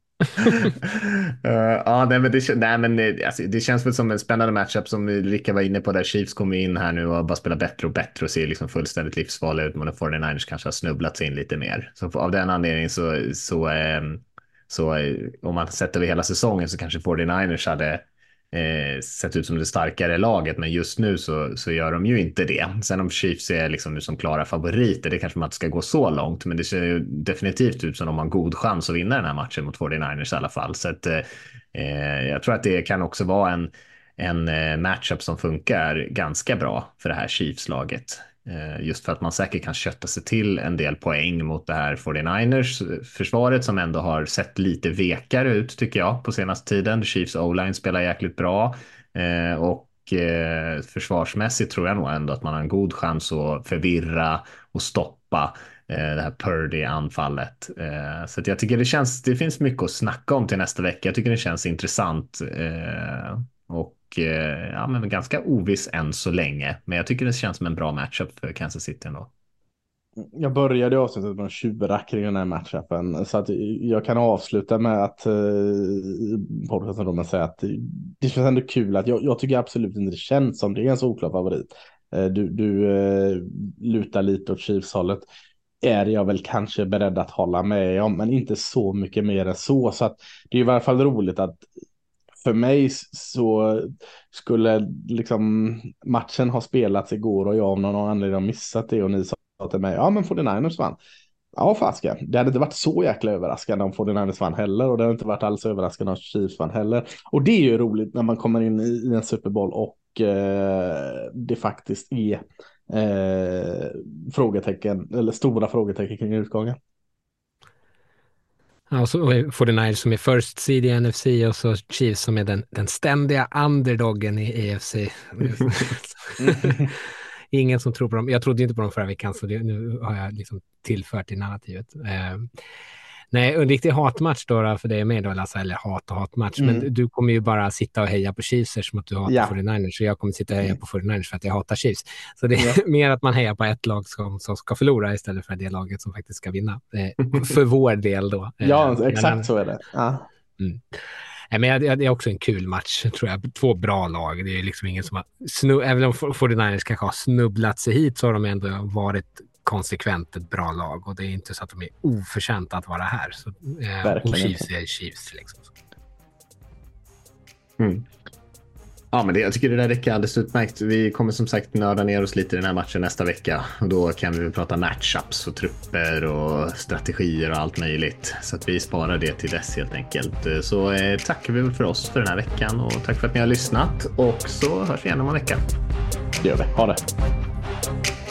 Ja, det känns väl som en spännande matchup som Rickard var inne på där. Chiefs kommer in här nu och bara spelar bättre och bättre och ser liksom fullständigt livsfarliga ut. Men 49ers kanske har snubblat sig in lite mer. Så av den anledningen så om man sätter över hela säsongen så kanske 49ers hade sett ut som det starkare laget, men just nu så gör de ju inte det. Sen om Chiefs är liksom nu som klara favoriter, det kanske man inte ska gå så långt, men det ser ju definitivt ut som de har en god chans att vinna den här matchen mot 49ers i alla fall. Så att jag tror att det kan också vara en matchup som funkar ganska bra för det här Chiefs-laget. Just för att man säkert kan kötta sig till en del poäng mot det här 49ers-försvaret som ändå har sett lite vekare ut tycker jag på senaste tiden. Chiefs O-line spelar jäkligt bra och försvarsmässigt tror jag nog ändå att man har en god chans att förvirra och stoppa det här Purdy-anfallet. Så att jag tycker det finns mycket att snacka om till nästa vecka. Jag tycker det känns intressant och ja, men ganska oviss än så länge. Men jag tycker det känns som en bra matchup för Kansas City ändå. Jag började avsluta med en tjuvrack kring den här matchupen. Så att jag kan avsluta med att podcasten då med säga att det känns ändå kul att jag tycker absolut inte det känns som det är en så oklar favorit. Du lutar lite åt Chiefs-hållet. Är jag väl kanske beredd att hålla med om, men inte så mycket mer än så. Så att det är i alla fall roligt att för mig så skulle liksom matchen ha spelats igår och jag av någon anledning har missat det och ni sa till mig, ja men 49ers vann. Ja fasken, det hade inte varit så jäkla överraskande om 49ers vann heller och det hade inte varit alls överraskande om Chiefs vann heller. Och det är ju roligt när man kommer in i en Super Bowl och det faktiskt är frågetecken eller stora frågetecken kring utgången. Ja, och så 49ers som är first seed i NFC och så Chiefs som är den ständiga underdoggen i AFC. Ingen som tror på dem. Jag trodde inte på dem förra veckan så nu har jag liksom tillfört i narrativet. Nej, en riktig hatmatch då för dig med då, alltså, eller hatmatch. Men du kommer ju bara sitta och heja på Chiefs som att du hatar 49ers. Så jag kommer sitta och heja på 49ers för att jag hatar Chiefs. Så det är mer att man hejar på ett lag som ska förlora istället för det laget som faktiskt ska vinna. För vår del då. Ja, exakt så är det. Ja. Men det är också en kul match, tror jag. Två bra lag. Det är liksom ingen som har även om 49ers kanske har snubblat sig hit så har de ändå varit konsekvent ett bra lag och det är inte så att de är oförtjänta att vara här. Så, och Chiefs är Chiefs liksom. Ja, men jag tycker det där räcker alldeles utmärkt. Vi kommer som sagt nörda ner oss lite i den här matchen nästa vecka. Och då kan vi prata matchups och trupper och strategier och allt möjligt. Så att vi sparar det till dess helt enkelt. Så tackar vi för oss för den här veckan och tack för att ni har lyssnat. Och så hörs vi igen om en vecka. Det gör vi. Ha det.